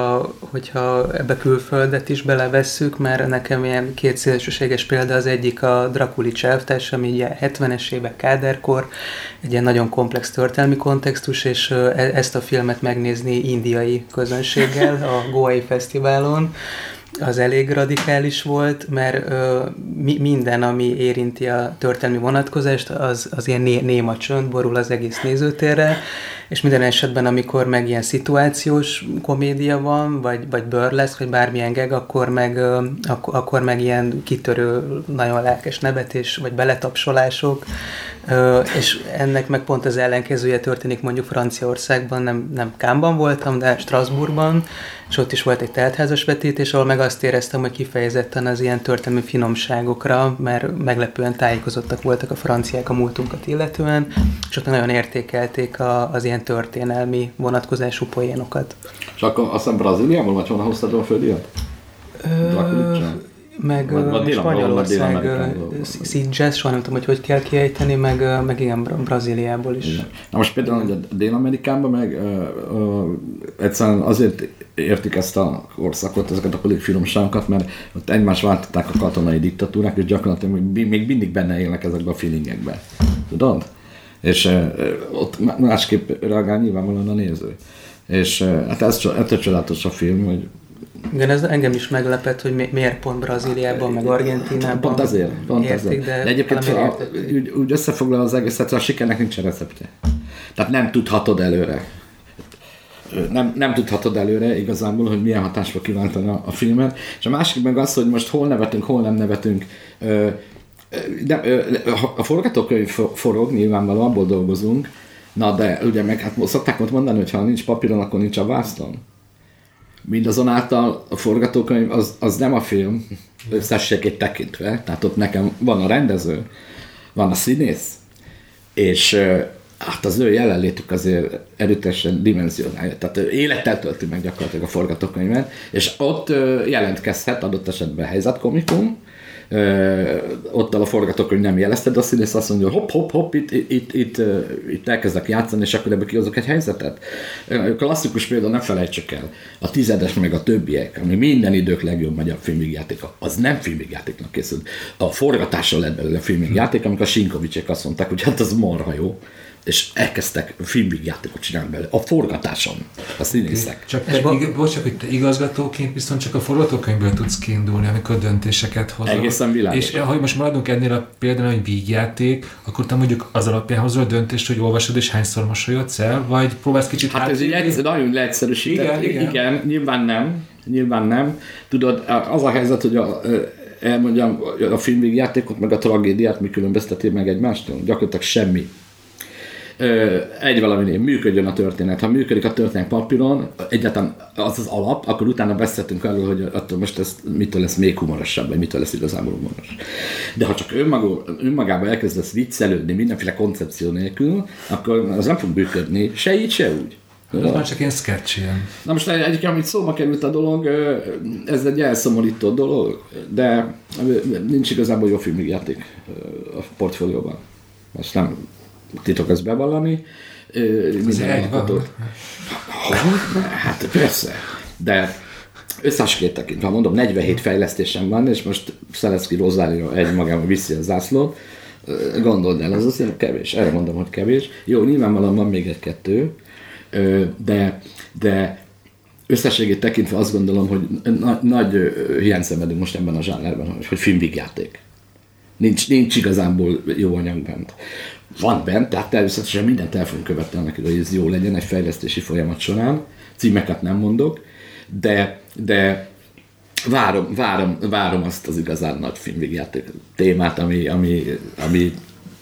hogyha ebbe külföldet is belevesszük, mert nekem ilyen két szélsőséges példa, az egyik a Drakulics elvtárs, ami ugye 70-es évek Kádárkor, egy ilyen nagyon komplex történelmi kontextus, és ezt a filmet megnézni indiai közönséggel a Goai Fesztiválon, az elég radikális volt, mert minden, ami érinti a történelmi vonatkozást, az ilyen néma csönd borul az egész nézőtérre, és minden esetben, amikor meg ilyen szituációs komédia van, vagy burlesque, vagy bármilyen gag, akkor meg ilyen kitörő, nagyon lelkes nevetés, vagy beletapsolások, és ennek meg pont az ellenkezője történik mondjuk Franciaországban, nem Cannesban voltam, de Strasbourgban, és ott is volt egy teltházas vetítés, ahol meg azt éreztem, hogy kifejezetten az ilyen történelmi finomságokra, mert meglepően tájékozottak voltak a franciák a múltunkat illetően, és ott nagyon értékelték az ilyen történelmi vonatkozású poénokat. És akkor azt hiszem Brazíliából, vagy honnan hoztad a földiat? Meg Spanyolország, Sitges, soha nem tudom, hogy kell kiejteni, meg igen, Brazíliából is. Igen. Na most például a Dél-Amerikában meg egyszerűen azért értik ezt a korszakot, ezeket a politik finomságokat, mert ott egymást váltották a katonai diktatúrák, és gyakorlatilag még mindig benne élnek ezekben a feelingekben. Tudod? És ott másképp reagál nyilvánvalóan a néző. És hát ez csodálatos a film, hogy igen, ez engem is meglepett, hogy miért pont Brazíliában, meg Argentínában. Pont azért. De egyébként úgy összefoglal az egészet, a sikernek nincsen receptje. Tehát nem tudhatod előre. Nem tudhatod előre igazából, hogy milyen hatás fog kiváltani a filmet. És a másik meg az, hogy most hol nevetünk, hol nem nevetünk. A forgatókönyv forog, nyilvánvalóan abból dolgozunk, na de ugye meg hát szokták mondani, hogy ha nincs papíron, akkor nincs a vászlon. Mindazonáltal a forgatókönyv az nem a film összességét tekintve, tehát ott nekem van a rendező, van a színész, és hát az ő jelenlétük azért erőteljesen dimenzionálja, tehát élettel tölti meg gyakorlatilag a forgatókönyvet, és ott jelentkezhet adott esetben helyzetkomikum, ott a forgatókönyv nem jelezte, de a színész azt mondja, hogy hopp, itt elkezdek játszani, és akkor ebből kihozok egy helyzetet. Klasszikus példa, ne felejtsük el, a Tizedes meg a többiek, ami minden idők legjobb magyar filmvígjátéka, az nem filmvígjátéknak készült. A forgatással lett belőle filmvígjáték, amikor a Sinkovicsék azt mondták, hogy hát az marha jó, és elkezdtek filmvígjátékot csinálni belőle. A forgatáson, a színészek. Csak hogy te igazgatóként viszont csak a forgatókönyvből tudsz kiindulni, amikor döntéseket hozol. Egészen világos. És ha most maradunk ennél a példán, hogy vígjáték, akkor te mondjuk az alapján hozol a döntést, hogy olvasod és hányszor mosolyodsz el, vagy próbálsz kicsit hát ez így nagyon leegyszerűsített. Igen, nyilván nem. Tudod, az a helyzet, hogy elmondjam, a filmvígjátékot meg a tragédiát mi különbözteti meg egymástól? Gyakorlatilag semmi. Egy valaminél működjön a történet. Ha működik a történet papíron, egyáltalán az alap, akkor utána beszéltünk arról, hogy attól most ez mitől lesz még humorosabb, vagy mitől lesz igazából humoros. De ha csak önmagában elkezdesz viccelődni mindenféle koncepció nélkül, akkor az nem fog működni, se így, se úgy. Ez már csak ilyen sketch ilyen. Na most egyébként, amit szóba került a dolog, ez egy elszomorító dolog, de nincs igazából jó filmvígjáték a portfólióban. Most nem titok ezt bevallani. Hát persze, de összességét tekintve, ha mondom, 47 fejlesztésem van, és most Szelecki Rozália egy magában viszi a zászlót, gondold el, az azért kevés. Erre mondom, hogy kevés. Jó, nyilvánvalóan van még egy-kettő, de összességét tekintve azt gondolom, hogy nagy hiány szenvedünk most ebben a zsánerben, hogy filmvígjáték. Nincs igazából jó anyag bent. Van bent, tehát természetesen mindent el fogunk követelni, hogy ez jó legyen egy fejlesztési folyamat során. Címeket nem mondok, de várom azt az igazán nagy filmvígjáték témát, ami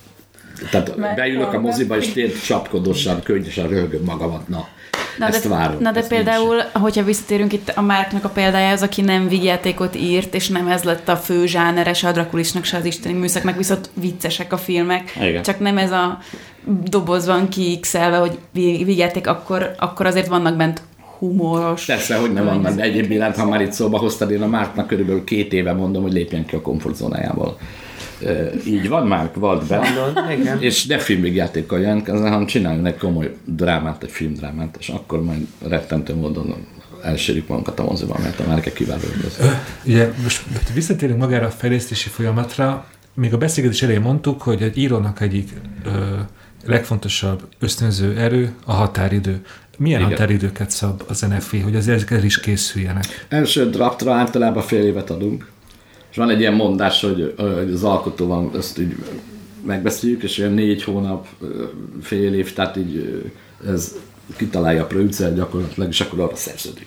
tehát beülök a moziba, és tényleg csapkodósan, könnyesen röhögöm magamat, ezt várom. Na de például, hogyha visszatérünk itt a Márknak a példájához, aki nem vígjátékot írt, és nem ez lett a fő zsánere, se a Drakulisnak, se az isteni műszaknak, viszont viccesek a filmek. Igen. Csak nem ez a doboz van kiixelve, hogy vígjáték, akkor azért vannak bent humoros. Persze, hogy nem van, de egyéb iránt, ha már itt szóba hoztad, én a Márknak körülbelül 2 éve mondom, hogy lépjen ki a komfortzónájából. Így van, Márk, volt be. És ne filmvígjátékkal jelentkezzen, hanem csináljunk egy komoly drámát, egy filmdrámát, és akkor majd rettentő módon elsérjük magunkat a moziban, mert a Márke kiváló. Ugye, most visszatérünk magára a fejlesztési folyamatra. Még a beszélgetés elején mondtuk, hogy egy írónak egyik legfontosabb ösztönző erő a határidő. Milyen határidőket szab az NFI, hogy ezek el is készüljenek? Első draftra általában fél évet adunk. És van egy ilyen mondás, hogy az alkotóval ezt így megbeszéljük, és olyan 4 hónap, fél év, tehát így ez kitalálja a producer gyakorlatilag, és akkor arra szerződik.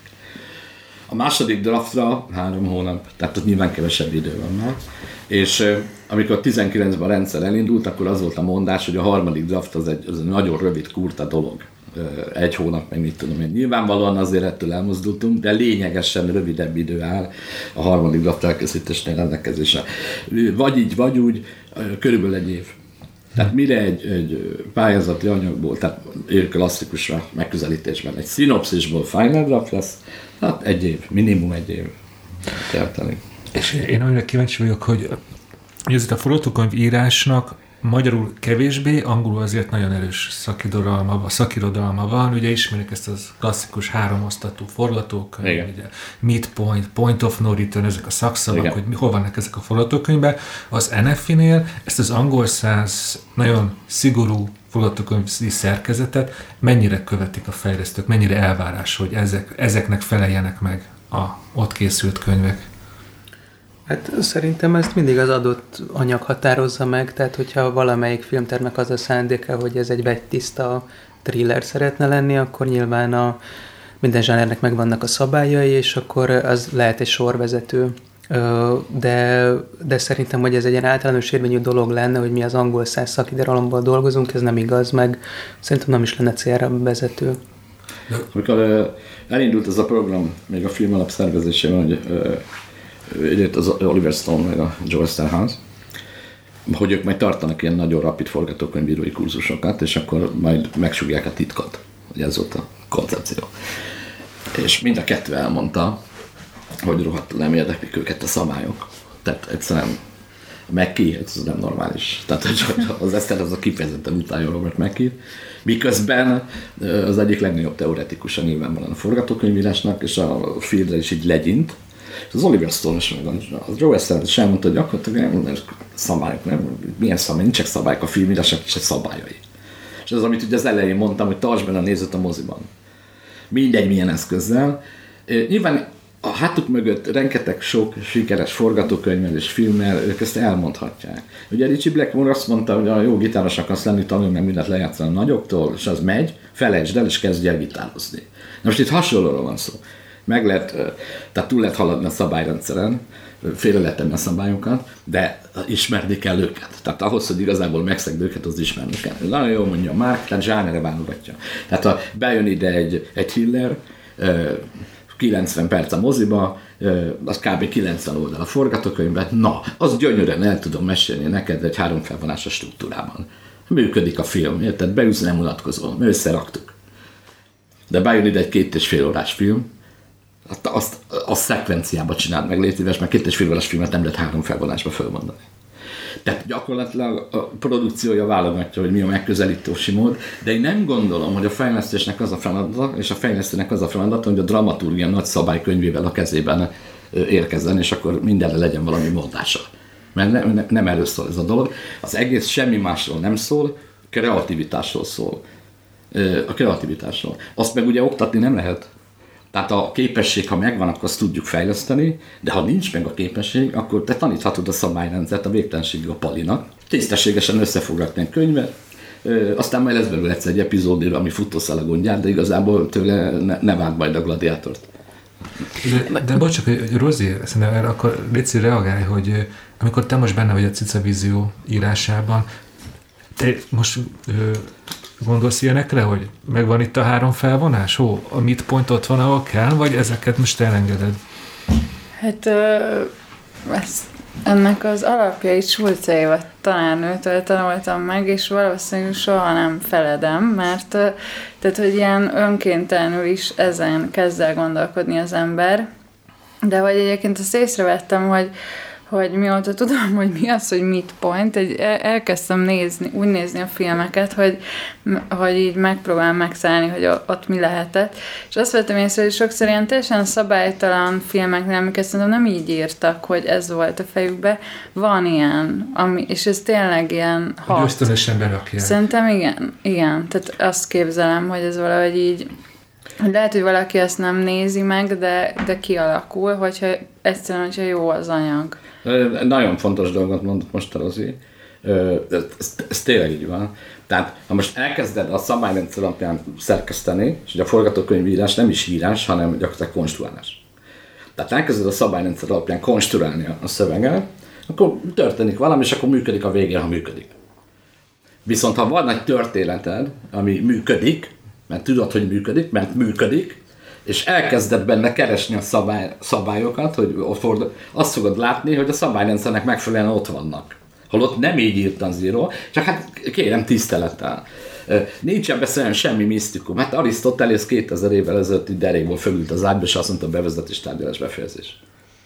A második draftra 3 hónap, tehát ott nyilván kevesebb idő van már. És amikor 19-ben a rendszer elindult, akkor az volt a mondás, hogy a harmadik draft az egy nagyon rövid, kurta dolog. 1 hónap, meg mit tudom én. Nyilvánvalóan azért ettől elmozdultunk, de lényegesen rövidebb idő áll a harmadik draft elkészítésnél rendelkezésre. Vagy így, vagy úgy, körülbelül 1 év. Tehát mire egy pályázati anyagból, tehát klasszikus megközelítésben, egy szinopszisból final draft lesz, hát 1 év, minimum 1 év kell tenni. És én annyira kíváncsi vagyok, hogy ez itt a forgatókönyv írásnak magyarul kevésbé, angolul azért nagyon erős szakirodalma van. Ugye ismerik ezt az klasszikus 3 osztatú forgatókönyv, ugye midpoint, point of no return, ezek a szakszavak, hogy hol vannak ezek a forgatókönyvben. Az NFI-nél ezt az angol száz nagyon szigorú forgatókönyvi szerkezetet mennyire követik a fejlesztők, mennyire elvárás, hogy ezeknek feleljenek meg a ott készült könyvek? Hát szerintem ezt mindig az adott anyag határozza meg, tehát hogyha valamelyik filmtervnek az a szándéka, hogy ez egy vegytiszta thriller szeretne lenni, akkor nyilván minden zsánernek megvannak a szabályai, és akkor az lehet egy sorvezető. De szerintem, hogy ez egy ilyen általános érvényű dolog lenne, hogy mi az angol száz szakirodalomból dolgozunk, ez nem igaz, meg szerintem nem is lenne célra vezető. Amikor elindult ez a program, még a film alap szervezésében, hogy egyébként az Oliver Stone meg a Joe Eszterház, hogy ők majd tartanak ilyen nagyon rapid forgatókönyvírói kurzusokat, és akkor majd megsúgják a titkot. Ugye ez volt a koncepció. És mind a 2 elmondta, hogy rohadtul nem érdeklik őket a szabályok. Tehát egyszerűen McKee, ez nem normális. Tehát az Eszter az a kifejezetten utálja Robert McKee-t, miközben az egyik legnagyobb teoretikusa nyilvánvalóan a forgatókönyvírásnak, és a Fieldre is így legyint. És az Oliver Stone is meg a Joe Eszter is elmondta, hogy gyakorlatilag szabályok, nem? Milyen szabályok? Nincsenek szabályok a filmírásnak, és egy szabályai. És az, amit ugye az elején mondtam, hogy tartsd benne a nézőt a moziban. Mindegy milyen eszközzel. Nyilván a hátuk mögött rengeteg sok sikeres forgatókönyvvel és filmmel ők ezt elmondhatják. Ugye Richie Blackmore azt mondta, hogy a jó gitáros akarsz lenni, tanulj meg mindent lejátszani a nagyoktól, és az megy, felejtsd el, és kezdj el gitározni. Na most itt hasonlóról van szó. Meg lehet, tehát túl lehet haladni a szabályrendszeren, félre lehet tenni a szabályokat, de ismerni kell őket. Tehát ahhoz, hogy igazából megszegd őket, az ismerni kell. Nagyon jól mondja Mark, tehát zsánere válogatja. Tehát ha bejön ide egy thriller, 90 perc a moziba, az kb. 90 oldal a forgatókönyvben, na, az gyönyörűen el tudom mesélni neked egy 3 felvonásos struktúrában. Működik a film, érted? Beülsz, nem unatkozol, mi összeraktuk. De bejön ide egy 2,5 órás film, azt szekvenciába csináld meg, légy szíves, mert 2,5 órás filmet nem lehet 3 felvonásba fölmondani. Tehát gyakorlatilag a produkciója válogatja, hogy mi a megközelítési mód, de én nem gondolom, hogy a fejlesztésnek az a feladata, és a fejlesztőnek az a feladata, hogy a dramaturgia nagy szabálykönyvével a kezében érkezzen, és akkor mindenre legyen valami mondása. Mert nem erről szól ez a dolog. Az egész semmi másról nem szól, kreativitásról szól. A kreativitásról. Azt meg ugye oktatni nem lehet. Tehát a képesség, ha megvan, akkor azt tudjuk fejleszteni, de ha nincs meg a képesség, akkor te taníthatod a szabályrendszert a végtelenségig a palinak. Tisztességesen összefoglalni egy könyvet, aztán majd lesz belőle egyszer egy epizódér, ami futószalagon gyár, de igazából tőle ne vágd majd a gladiátort. De bocs, csak, hogy Rozi, szerintem erre akkor légy reagálj, hogy amikor te most benne vagy a Cica Vízió írásában, te most gondolsz ilyenekre, hogy megvan itt a 3 felvonás? A midpoint ott van, ahol kell, vagy ezeket most elengeded? Hát ennek az alapjait Schulze Éva tanárnőtől tanultam meg, és valószínűleg soha nem feledem, mert tehát, hogy ilyen önkéntelenül is ezen kezd el gondolkodni az ember, de hogy egyébként azt észrevettem, hogy mióta tudom, hogy mi az, hogy midpoint, elkezdtem úgy nézni a filmeket, hogy így megpróbálom megszállni, hogy ott mi lehetett. És azt vettem észre, hogy sokszor ilyen teljesen szabálytalan filmeknél, amiket szerintem nem így írtak, hogy ez volt a fejükbe, van ilyen, és ez tényleg ilyen hat. Hogy ösztönösen berakják. Szerintem igen. Tehát azt képzelem, hogy ez valahogy így, lehet, hogy valaki ezt nem nézi meg, de kialakul, hogyha egyszerűen, hogyha jó az anyag. Nagyon fontos dolgot mondott most a Rozi. Ez tényleg így van. Tehát, ha most elkezded a szabályrendszer alapján szerkeszteni, és ugye a forgatókönyvírás nem is írás, hanem gyakorlatilag konstruálás. Tehát elkezded a szabályrendszer alapján konstruálni a szöveget, akkor történik valami, és akkor működik a végén, ha működik. Viszont ha van egy történeted, ami működik, mert tudod, hogy működik, mert működik, és elkezded benne keresni a szabályokat, hogy azt fogod látni, hogy a szabályrendszernek megfelelően ott vannak. Holott nem így írt az író, csak hát kérem tisztelettel. Nincsen beszélni semmi misztikum. Hát Arisztotelész 2000 évvel ezelőtt így derékból fölült az ágyba, és azt mondta, bevezetés, tárgyalás, befejezés.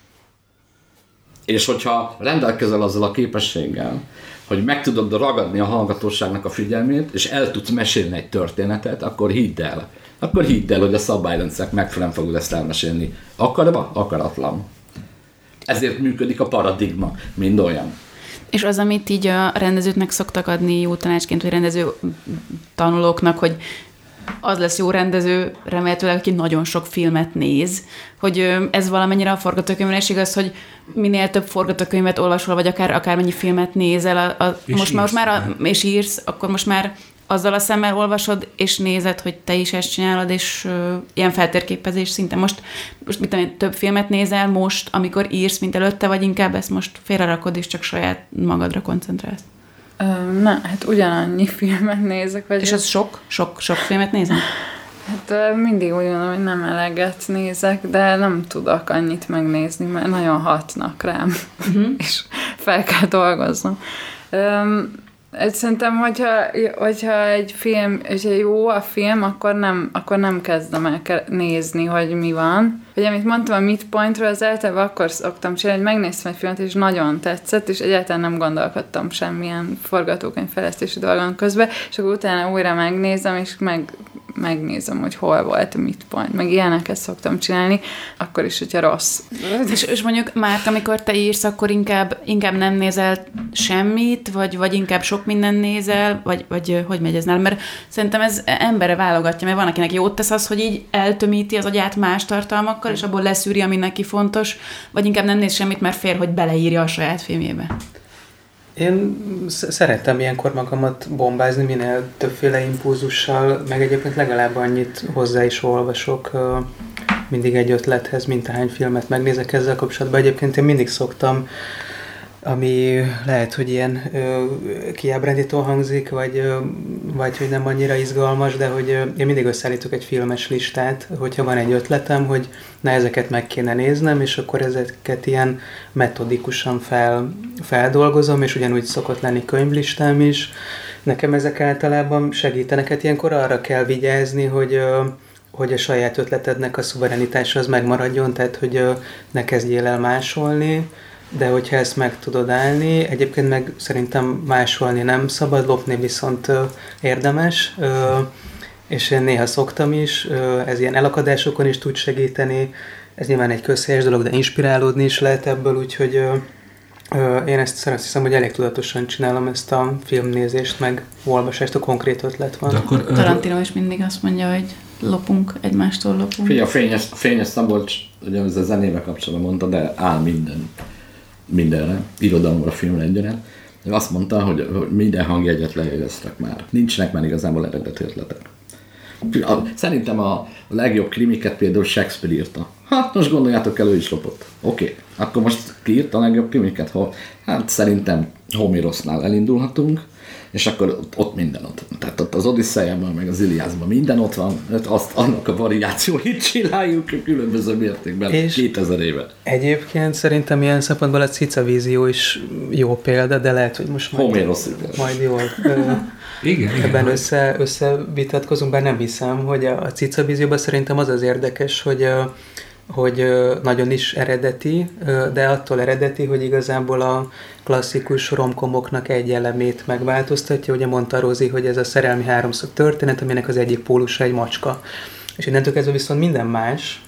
És hogyha rendelkezel azzal a képességgel, hogy meg tudod ragadni a hallgatóságnak a figyelmét, és el tudsz mesélni egy történetet, akkor hidd el, hogy a szabályrendszerek megfelelően fogod ezt elmesélni. Akarva, akaratlan. Ezért működik a paradigma, mind olyan. És az, amit így a rendezőknek szoktak adni jó tanácsként, vagy rendező tanulóknak, hogy az lesz jó rendező, remélhetőleg, aki nagyon sok filmet néz, hogy ez valamennyire a forgatókönyvben is igaz, hogy minél több forgatókönyvet olvasol, vagy akármennyi filmet nézel, és írsz, akkor most már azzal a szemmel olvasod, és nézed, hogy te is ezt csinálod, és ilyen feltérképezés szinten. Most mit tudom, több filmet nézel most, amikor írsz, mint előtte, vagy inkább ezt most félrerakod, és csak saját magadra koncentrálsz? Hát ugyanannyi filmet nézek. Vagy és az sok filmet nézem? Hát mindig úgy mondom, hogy nem eleget nézek, de nem tudok annyit megnézni, mert nagyon hatnak rám, és fel kell dolgoznom. Szerintem, hogyha egy film, hogyha jó a film, akkor nem kezdem el nézni, hogy mi van. Hogy amit mondtam a midpointról, az általában akkor szoktam csinálni, hogy megnéztem egy filmet, és nagyon tetszett, és egyáltalán nem gondolkodtam semmilyen forgatókönyvfejlesztési dolgon közben, és akkor utána újra megnézem, és megnézem, hogy hol volt a midpoint. Meg ilyeneket szoktam csinálni, akkor is, hogyha rossz. És mondjuk, Márta, amikor te írsz, akkor inkább nem nézel semmit, vagy inkább sok minden nézel, vagy hogy megy ez nál? Mert szerintem ez emberre válogatja, mert van, akinek jót tesz az, hogy így eltömíti az agyát más tartalmakkal, és abból leszűri, ami neki fontos, vagy inkább nem néz semmit, mert fél, hogy beleírja a saját filmjébe. Én szeretem ilyenkor magamat bombázni minél többféle impulzussal, meg egyébként legalább annyit hozzá is olvasok mindig egy ötlethez, mint ahány filmet megnézek ezzel kapcsolatban. Egyébként én mindig szoktam, ami lehet, hogy ilyen kiábrándító hangzik, vagy hogy nem annyira izgalmas, de hogy én mindig összeállítok egy filmes listát, hogyha van egy ötletem, hogy na ezeket meg kéne néznem, és akkor ezeket ilyen metodikusan feldolgozom, és ugyanúgy szokott lenni könyvlistám is. Nekem ezek általában segítenek, hát ilyenkor arra kell vigyázni, hogy a saját ötletednek a szuverenitása az megmaradjon, tehát hogy ne kezdjél el másolni, de hogyha ezt meg tudod állni, egyébként meg szerintem másolni nem szabad, lopni viszont érdemes, és én néha szoktam is, ez ilyen elakadásokon is tud segíteni, ez nyilván egy közhelyes dolog, de inspirálódni is lehet ebből, úgyhogy én ezt hiszem, hogy elég tudatosan csinálom ezt a filmnézést, meg olvasást, a konkrét ötlet van. Akkor, Tarantino is mindig azt mondja, hogy egymástól lopunk. Figyelj, a Fényes Szabolcs, ugye ez a zenével kapcsolatban mondta, de áll mindenre, irodalomra, filmre egyaránt. Azt mondta, hogy minden hangjegyet lejegyeztek már. Nincsenek már igazából eredeti ötletek. Szerintem a legjobb krimiket például Shakespeare írta. Hát most gondoljátok el, ő is lopott. Oké, akkor most ki írta a legjobb krimiket? Hát szerintem Homérosznál elindulhatunk, és akkor ott minden ott van. Tehát ott az Odüsszeiában, meg az Iliászban minden ott van, annak a variációit csináljuk különböző mértékben 2000 éve. Egyébként szerintem ilyen szempontból a Cica vízió is jó példa, de lehet, hogy most majd jól igen, ebben összevitatkozunk, bár nem hiszem, hogy a Cica vízióban szerintem az érdekes, hogy nagyon is eredeti, de attól eredeti, hogy igazából a klasszikus romkomoknak egy elemét megváltoztatja. Ugye mondta Rozi, hogy ez a szerelmi háromszög történet, aminek az egyik pólusa egy macska. És innentől kezdve viszont minden más,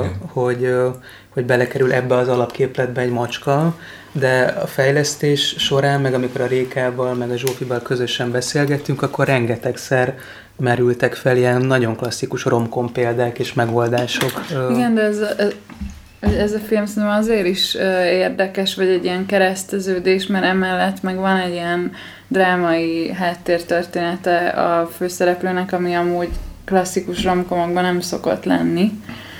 hogy belekerül ebbe az alapképletbe egy macska, de a fejlesztés során, meg amikor a Rékával, meg a Zsófival közösen beszélgettünk, akkor rengetegszer merültek fel ilyen nagyon klasszikus romkom példák és megoldások. Igen, de ez a film szerintem azért is érdekes, vagy egy ilyen kereszteződés, mert emellett meg van egy ilyen drámai háttértörténete a főszereplőnek, ami amúgy klasszikus romkomokban nem szokott lenni.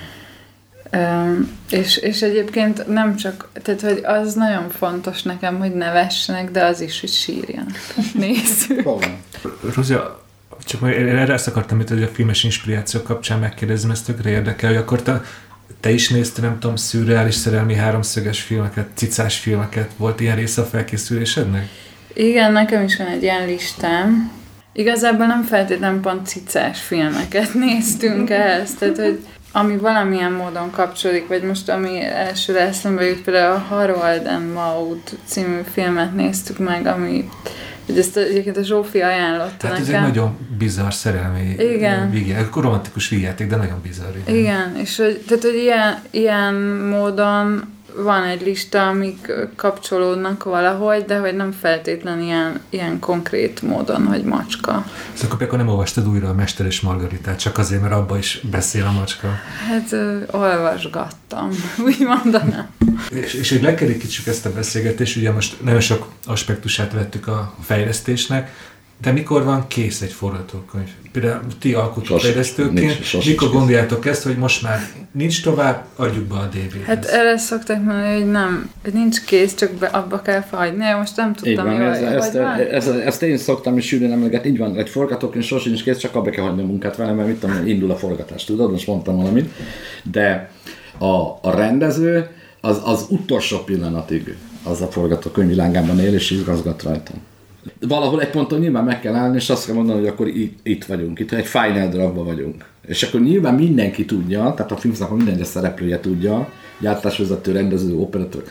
És egyébként nem csak, tehát hogy az nagyon fontos nekem, hogy nevessenek, de az is, hogy sírjanak. Nézzük. Rózia, csak erre ezt akartam, hogy a filmes inspirációk kapcsán megkérdezem, ezt tökre érdekel, hogy akkor te is néztél, nem tudom, szürreális szerelmi háromszöges filmeket, cicás filmeket, volt ilyen része a felkészülésednek? Igen, nekem is van egy ilyen listám. Igazából nem feltétlenül pont cicás filmeket néztünk ehhez, tehát hogy ami valamilyen módon kapcsolódik, vagy most ami elsőre eszembe jut, például a Harold and Maude című filmet néztük meg, ami hogy ezt egyébként a Zsófi ajánlotta tehát nekem. Ez egy nagyon bizarr szerelmi vígjáték, romantikus vígjáték, de nagyon bizarr. Igen, és tehát, hogy ilyen módon van egy lista, amik kapcsolódnak valahogy, de hogy nem feltétlen ilyen konkrét módon, hogy macska. Szóval akkor nem olvastad újra a Mester és Margaritát, csak azért, mert abba is beszél a macska. Hát olvasgattam, úgy mondanám. És hogy lekerekítsük ezt a beszélgetést, ugye most nagyon sok aspektusát vettük a fejlesztésnek, de mikor van kész egy forgatókönyv? Például ti alkotófejlesztőként, mikor gondoljátok ezt, hogy most már nincs tovább, adjuk be a DVD-hez? Hát erre szokták mondani, hogy nem, hogy nincs kész, csak abba kell fagyni. Most nem tudtam jól. Ezt én szoktam is sűrűn emlegetni, így van, egy forgatókönyv sosem nincs kész, csak abba kell hagyni a munkát vele, mert mit tudom, indul a forgatás, tudod, most mondtam valamit. De a rendező az utolsó pillanatig az a forgatókönyv világában él, és igazgat rajta. Valahol egy ponton nyilván meg kell állni, és azt kell mondani, hogy akkor itt vagyunk, itt egy final draftban vagyunk. És akkor nyilván mindenki tudja, tehát a filmszakon minden egyes szereplője tudja, gyártásvezető, rendező, operatőr,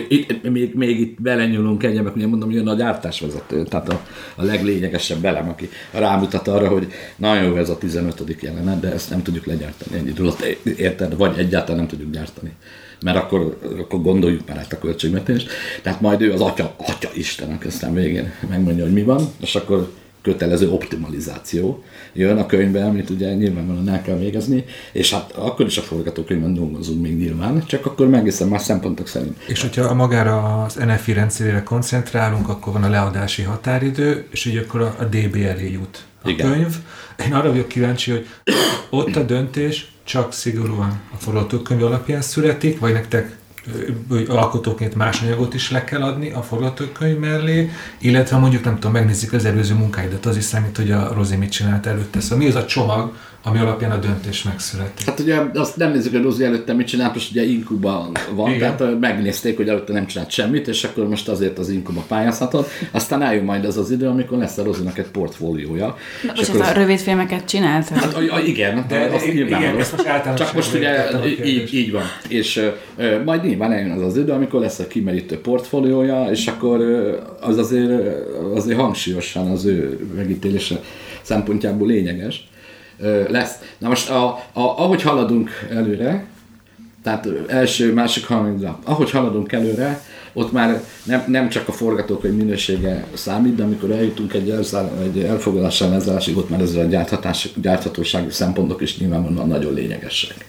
hogy még itt belenyúlunk egyébként, ugye mondom, hogy a gyártásvezető, tehát a leglényegesebb elem, aki rámutat arra, hogy nagyon jó ez a 15. jelenet, de ezt nem tudjuk legyártani ennyi alatt, érted? Vagy egyáltalán nem tudjuk gyártani. Mert akkor gondoljuk már át a költségvetést. Tehát majd ő az atya Istenek, aztán végén megmondja, hogy mi van, és akkor kötelező optimalizáció jön a könyvben, amit ugye nyilvánvalóan el kell végezni, és hát akkor is a forgatókönyvben dolgozunk még nyilván, csak akkor egészen más szempontok szerint. És hogyha magára az NFI rendszerére koncentrálunk, akkor van a leadási határidő, és ugye akkor a DB elé jut a könyv. Én arra vagyok kíváncsi, hogy ott a döntés csak szigorúan a forgatókönyv alapján születik, vagy nektek alkotóként más anyagot is le kell adni a forgatókönyv mellé, illetve mondjuk nem tudom, megnézzük az előző munkáidat, az is számít, hogy a Rozi mit csinált előtte. Szóval mi az a csomag, ami alapján a döntés megszületik? Hát ugye azt nem nézzük, hogy Rozi előtte mit csinált, most ugye Inkuba van, igen. Tehát megnézték, hogy előtte nem csinált semmit, és akkor most azért az Inkuba pályázhatott. Aztán eljön majd az idő, amikor lesz a Rozinak egy portfóliója. És a rövid filmeket csinált? Hát igen, de azt nyilván csak most ugye így van. És majd nyilván eljön az idő, amikor lesz a kimerítő portfóliója, és akkor az azért hangsúlyosan az ő megítélése szempontjából lényeges lesz. Na most ahogy haladunk előre, tehát első, másik, harmadik, ahogy haladunk előre, ott már nem csak a forgatókönyv minősége számít, de amikor eljutunk egy elfogadással lezárásig, ott már ezzel a gyárthatósági szempontok is nyilvánvalóan nagyon lényegesek.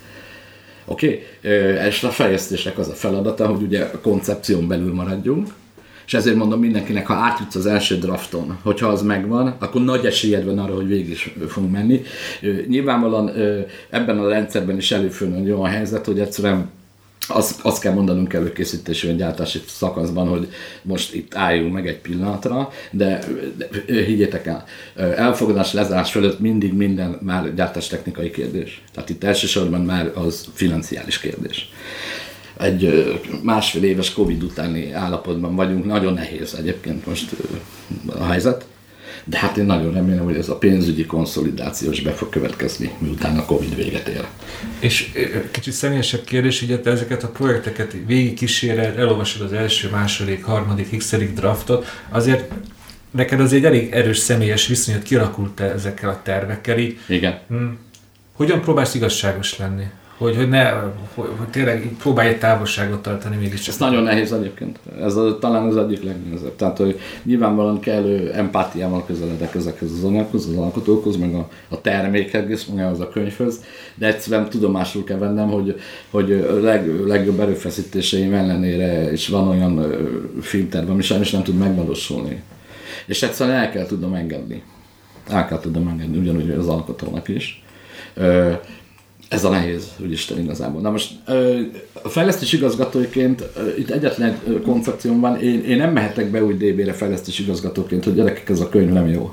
Oké? És a fejlesztésnek az a feladata, hogy ugye a koncepción belül maradjunk, és ezért mondom mindenkinek, ha átjutsz az első drafton, hogyha az megvan, akkor nagy esélyed van arra, hogy végig is fogunk menni. Nyilvánvalóan ebben a rendszerben is előfordul egy olyan helyzet, hogy egyszerűen azt kell mondanunk előkészítési vagy gyártási szakaszban, hogy most itt álljunk meg egy pillanatra, de higgyétek el, elfogadás, lezárás fölött mindig minden már gyártástechnikai kérdés. Tehát itt elsősorban már az financiális kérdés. Egy másfél éves Covid utáni állapotban vagyunk, nagyon nehéz egyébként most a helyzet, de hát én nagyon remélem, hogy ez a pénzügyi konszolidációs be fog következni, miután a Covid véget ér. És kicsit személyesebb kérdés, ugye te ezeket a projekteket végig kíséred, elolvasod az első, második, harmadik, x-edik draftot, azért neked az egy elég erős személyes viszonyot kialakult ezekkel a tervekkel így. Igen. Hogyan próbálsz igazságos lenni? Hogy tényleg próbálj egy távolságot tartani mégis. Ez nagyon nehéz egyébként. Ez talán az egyik legnehezebb. Tehát, hogy nyilvánvalóan kellő empátiával közeledek ezekhez az anyagokhoz, az alkotókhoz, meg a termékhez, meg az a könyvhöz, de egyszerűen tudomásul kell vennem, hogy a legjobb erőfeszítéseim ellenére is van olyan filmterv, ami sajnos nem tud megvalósulni. És egyszerűen el kell tudnom engedni. Ugyanúgy az alkotónak is. Ez a nehéz, úgyisten igazából. Na most a fejlesztés igazgatóként itt egyetlen koncepcióm van, én nem mehetek be úgy DB-re fejlesztés igazgatóként, hogy gyerekek, ez a könyv nem jó.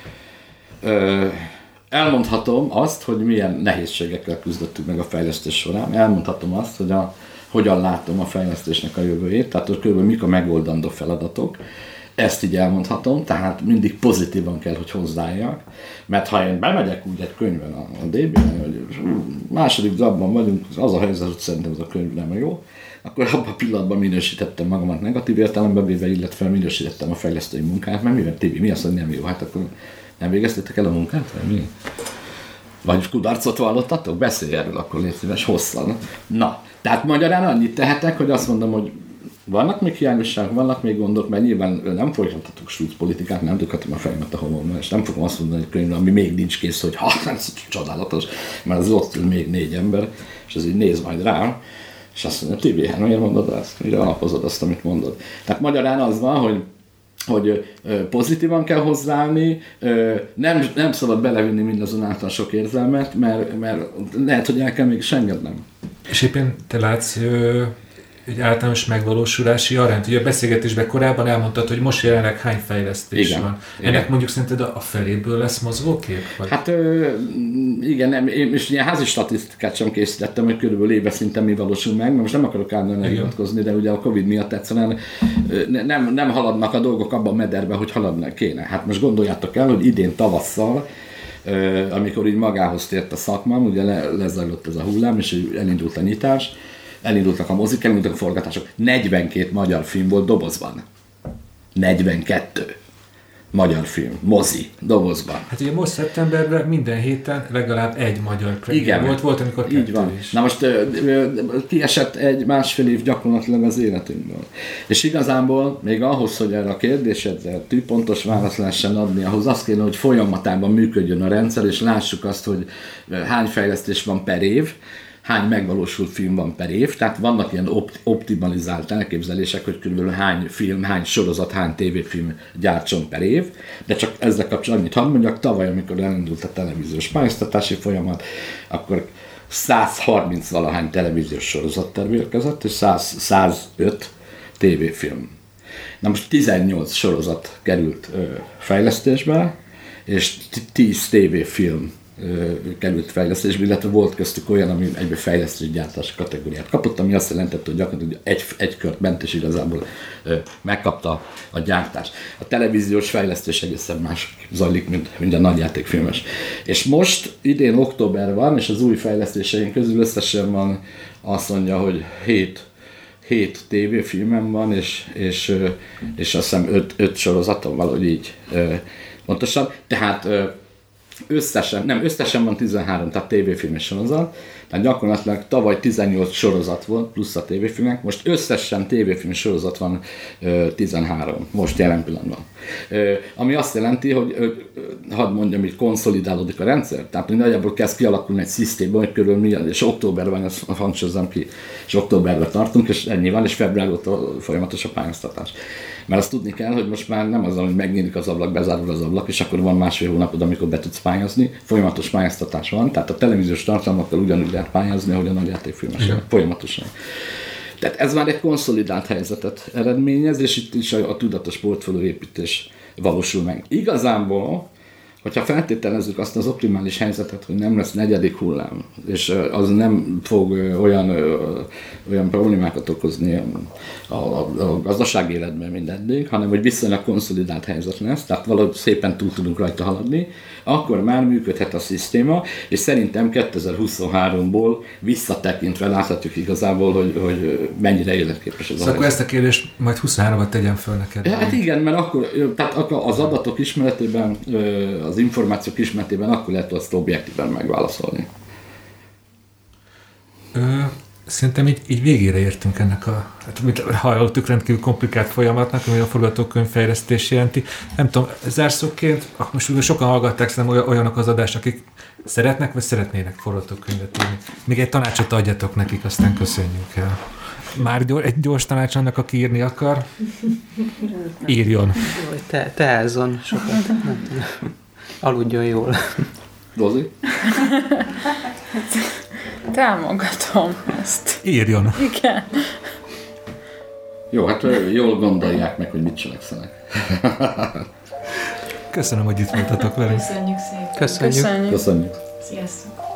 Elmondhatom azt, hogy milyen nehézségekkel küzdöttük meg a fejlesztés során. Elmondhatom azt, hogy hogyan látom a fejlesztésnek a jövőjét, tehát hogy körülbelül mik a megoldandó feladatok. Ezt így elmondhatom, tehát mindig pozitívan kell, hogy hozzájak, mert ha én bemegyek úgy egy könyvben a DB-ben, hogy második drafban vagyunk, az a helyzet, hogy szerintem ez a könyv nem jó, akkor abban a pillanatban minősítettem magamat negatív értelembe véve, illetve minősítettem a fejlesztői munkát, mert mivel TV, mi az, hogy nem jó? Hát akkor nem végeztétek el a munkát, vagy mi? Vagy kudarcot vallottatok? Beszélj erről akkor, légy szíves, hosszan. Na, tehát magyarán annyit tehetek, hogy azt mondom, hogy vannak még hiányosságok, vannak még gondok, mert nyilván nem folytathatok politikát, nem dughatom a fejemet a homlokban, és nem fogom azt mondani, hogy könyvben, ami még nincs kész, hogy ez csodálatos, mert az ott ül még 4 ember, és ez így néz majd rám, és azt mondja, Tibi, hát miért mondod azt? Mire alapozod azt, amit mondod? Tehát magyarán az van, hogy pozitívan kell hozzáállni, nem szabad belevinni mindazonáltal sok érzelmet, mert lehet, hogy el kell mégis engednem. És éppen te látsz egy általános megvalósulási arányt? Ugye a beszélgetésben korábban elmondtad, hogy most jelenleg hány fejlesztés Igen, van. igen. Ennek mondjuk szerinted a feléből lesz mozgókép? Vagy? Hát igen, nem, én is ilyen házi statisztikát sem készítettem, hogy körülbelül éves szinten mi valósul meg, mert most nem akarok állandóan hivatkozni, de ugye a Covid miatt egyszerűen nem haladnak a dolgok abban a mederben, hogy haladnak kéne. Hát most gondoljátok el, hogy idén tavasszal, amikor így magához tért a szakmám, ugye lezajlott ez a hullám, és elindult a nyitás, elindultak a mozik, elindultak a forgatások. 42 magyar film volt dobozban. 42 magyar film, mozi, dobozban. Hát ugye most szeptemberben minden héten legalább egy magyar premier volt, amikor így van. is. Na most kiesett egy másfél év gyakorlatilag az életünkből. És igazából még ahhoz, hogy erre a kérdésedre pontos választ lehessen adni, ahhoz azt kéne, hogy folyamatában működjön a rendszer, és lássuk azt, hogy hány fejlesztés van per év, hány megvalósult film van per év, tehát vannak ilyen optimalizált elképzelések, hogy körülbelül hány film, hány sorozat, hány tévéfilm gyártson per év, de csak ezzel kapcsolatban annyit hadd mondjak, tavaly, amikor elindult a televíziós pályáztatási folyamat, akkor 130-valahány televíziós sorozat tervérkezett, és 105 tévéfilm. Na most 18 sorozat került fejlesztésbe, és 10 tévéfilm került fejlesztésbe, illetve volt köztük olyan, ami egybe fejlesztésgyártási kategóriát kapott, ami azt jelentette, hogy gyakorlatilag egy kört ment, és igazából megkapta a gyártást. A televíziós fejlesztés egészen más zajlik, mint a nagyjátékfilmes. És most idén október van, és az új fejlesztéseink közül összesen van, azt mondja, hogy 7 tévéfilmem van, és azt hiszem 5 sorozatom, valahogy így pontosan. Tehát összesen van 13, tehát tévéfilmes sorozat, tehát gyakorlatilag tavaly 18 sorozat volt, plusz a tévéfilmek, most összesen tévéfilm sorozat van 13, most jelen pillanatban. Ami azt jelenti, hogy hadd mondjam, hogy konszolidálódik a rendszer, tehát hogy nagyjából kezd kialakulni egy szisztéma, hogy körülbelül és októberben, ezt hangsúlyozom ki, és októberben tartunk, és ennyi van, és február óta folyamatos a pályáztatás. Mert azt tudni kell, hogy most már nem az, hogy megnyílik az ablak, bezárul az ablak, és akkor van másfél hónapod, amikor be tudsz pályázni. Folyamatos pályáztatás van, tehát a televíziós tartalmakkal ugyanúgy lehet pályázni, ahogy a nagyjátékfilmesek. Folyamatosan. Tehát ez már egy konszolidált helyzetet eredményez, és itt is a tudatos portfólióépítés valósul meg. Igazából, hogyha feltételezzük azt az optimális helyzetet, hogy nem lesz negyedik hullám, és az nem fog olyan problémákat okozni a gazdasági életben, mint eddig, hanem hogy viszonylag konszolidált helyzet lesz, tehát valahogy szépen túl tudunk rajta haladni, akkor már működhet a szisztéma, és szerintem 2023-ból visszatekintve láthatjuk igazából, hogy mennyire életképes ez a akkor ezt a kérdést majd 23-at tegyem föl neked. Hát igen, mert akkor az adatok ismeretében, az információk ismeretében akkor lehet azt objektíven megválaszolni. Szerintem így végére értünk ennek mint hallottuk, rendkívül komplikált folyamatnak, ami a forgatókönyvfejlesztés jelenti. Nem tudom, zárszóként, most sokan hallgatták szerintem olyanok az adást, akik szeretnek, vagy szeretnének forgatókönyvet írni. Még egy tanácsot adjatok nekik, aztán köszönjük el. Már egy gyors tanács annak, aki írni akar, írjon. Teázzon sokat. Aludjon jól. Rozi? Támogatom ezt. Írjon. Igen. Jó, hát jól gondolják meg, hogy mit cselekszenek. Köszönöm, hogy itt voltatok velünk. Köszönjük szépen. Köszönjük. Köszönjük. Sziasztok.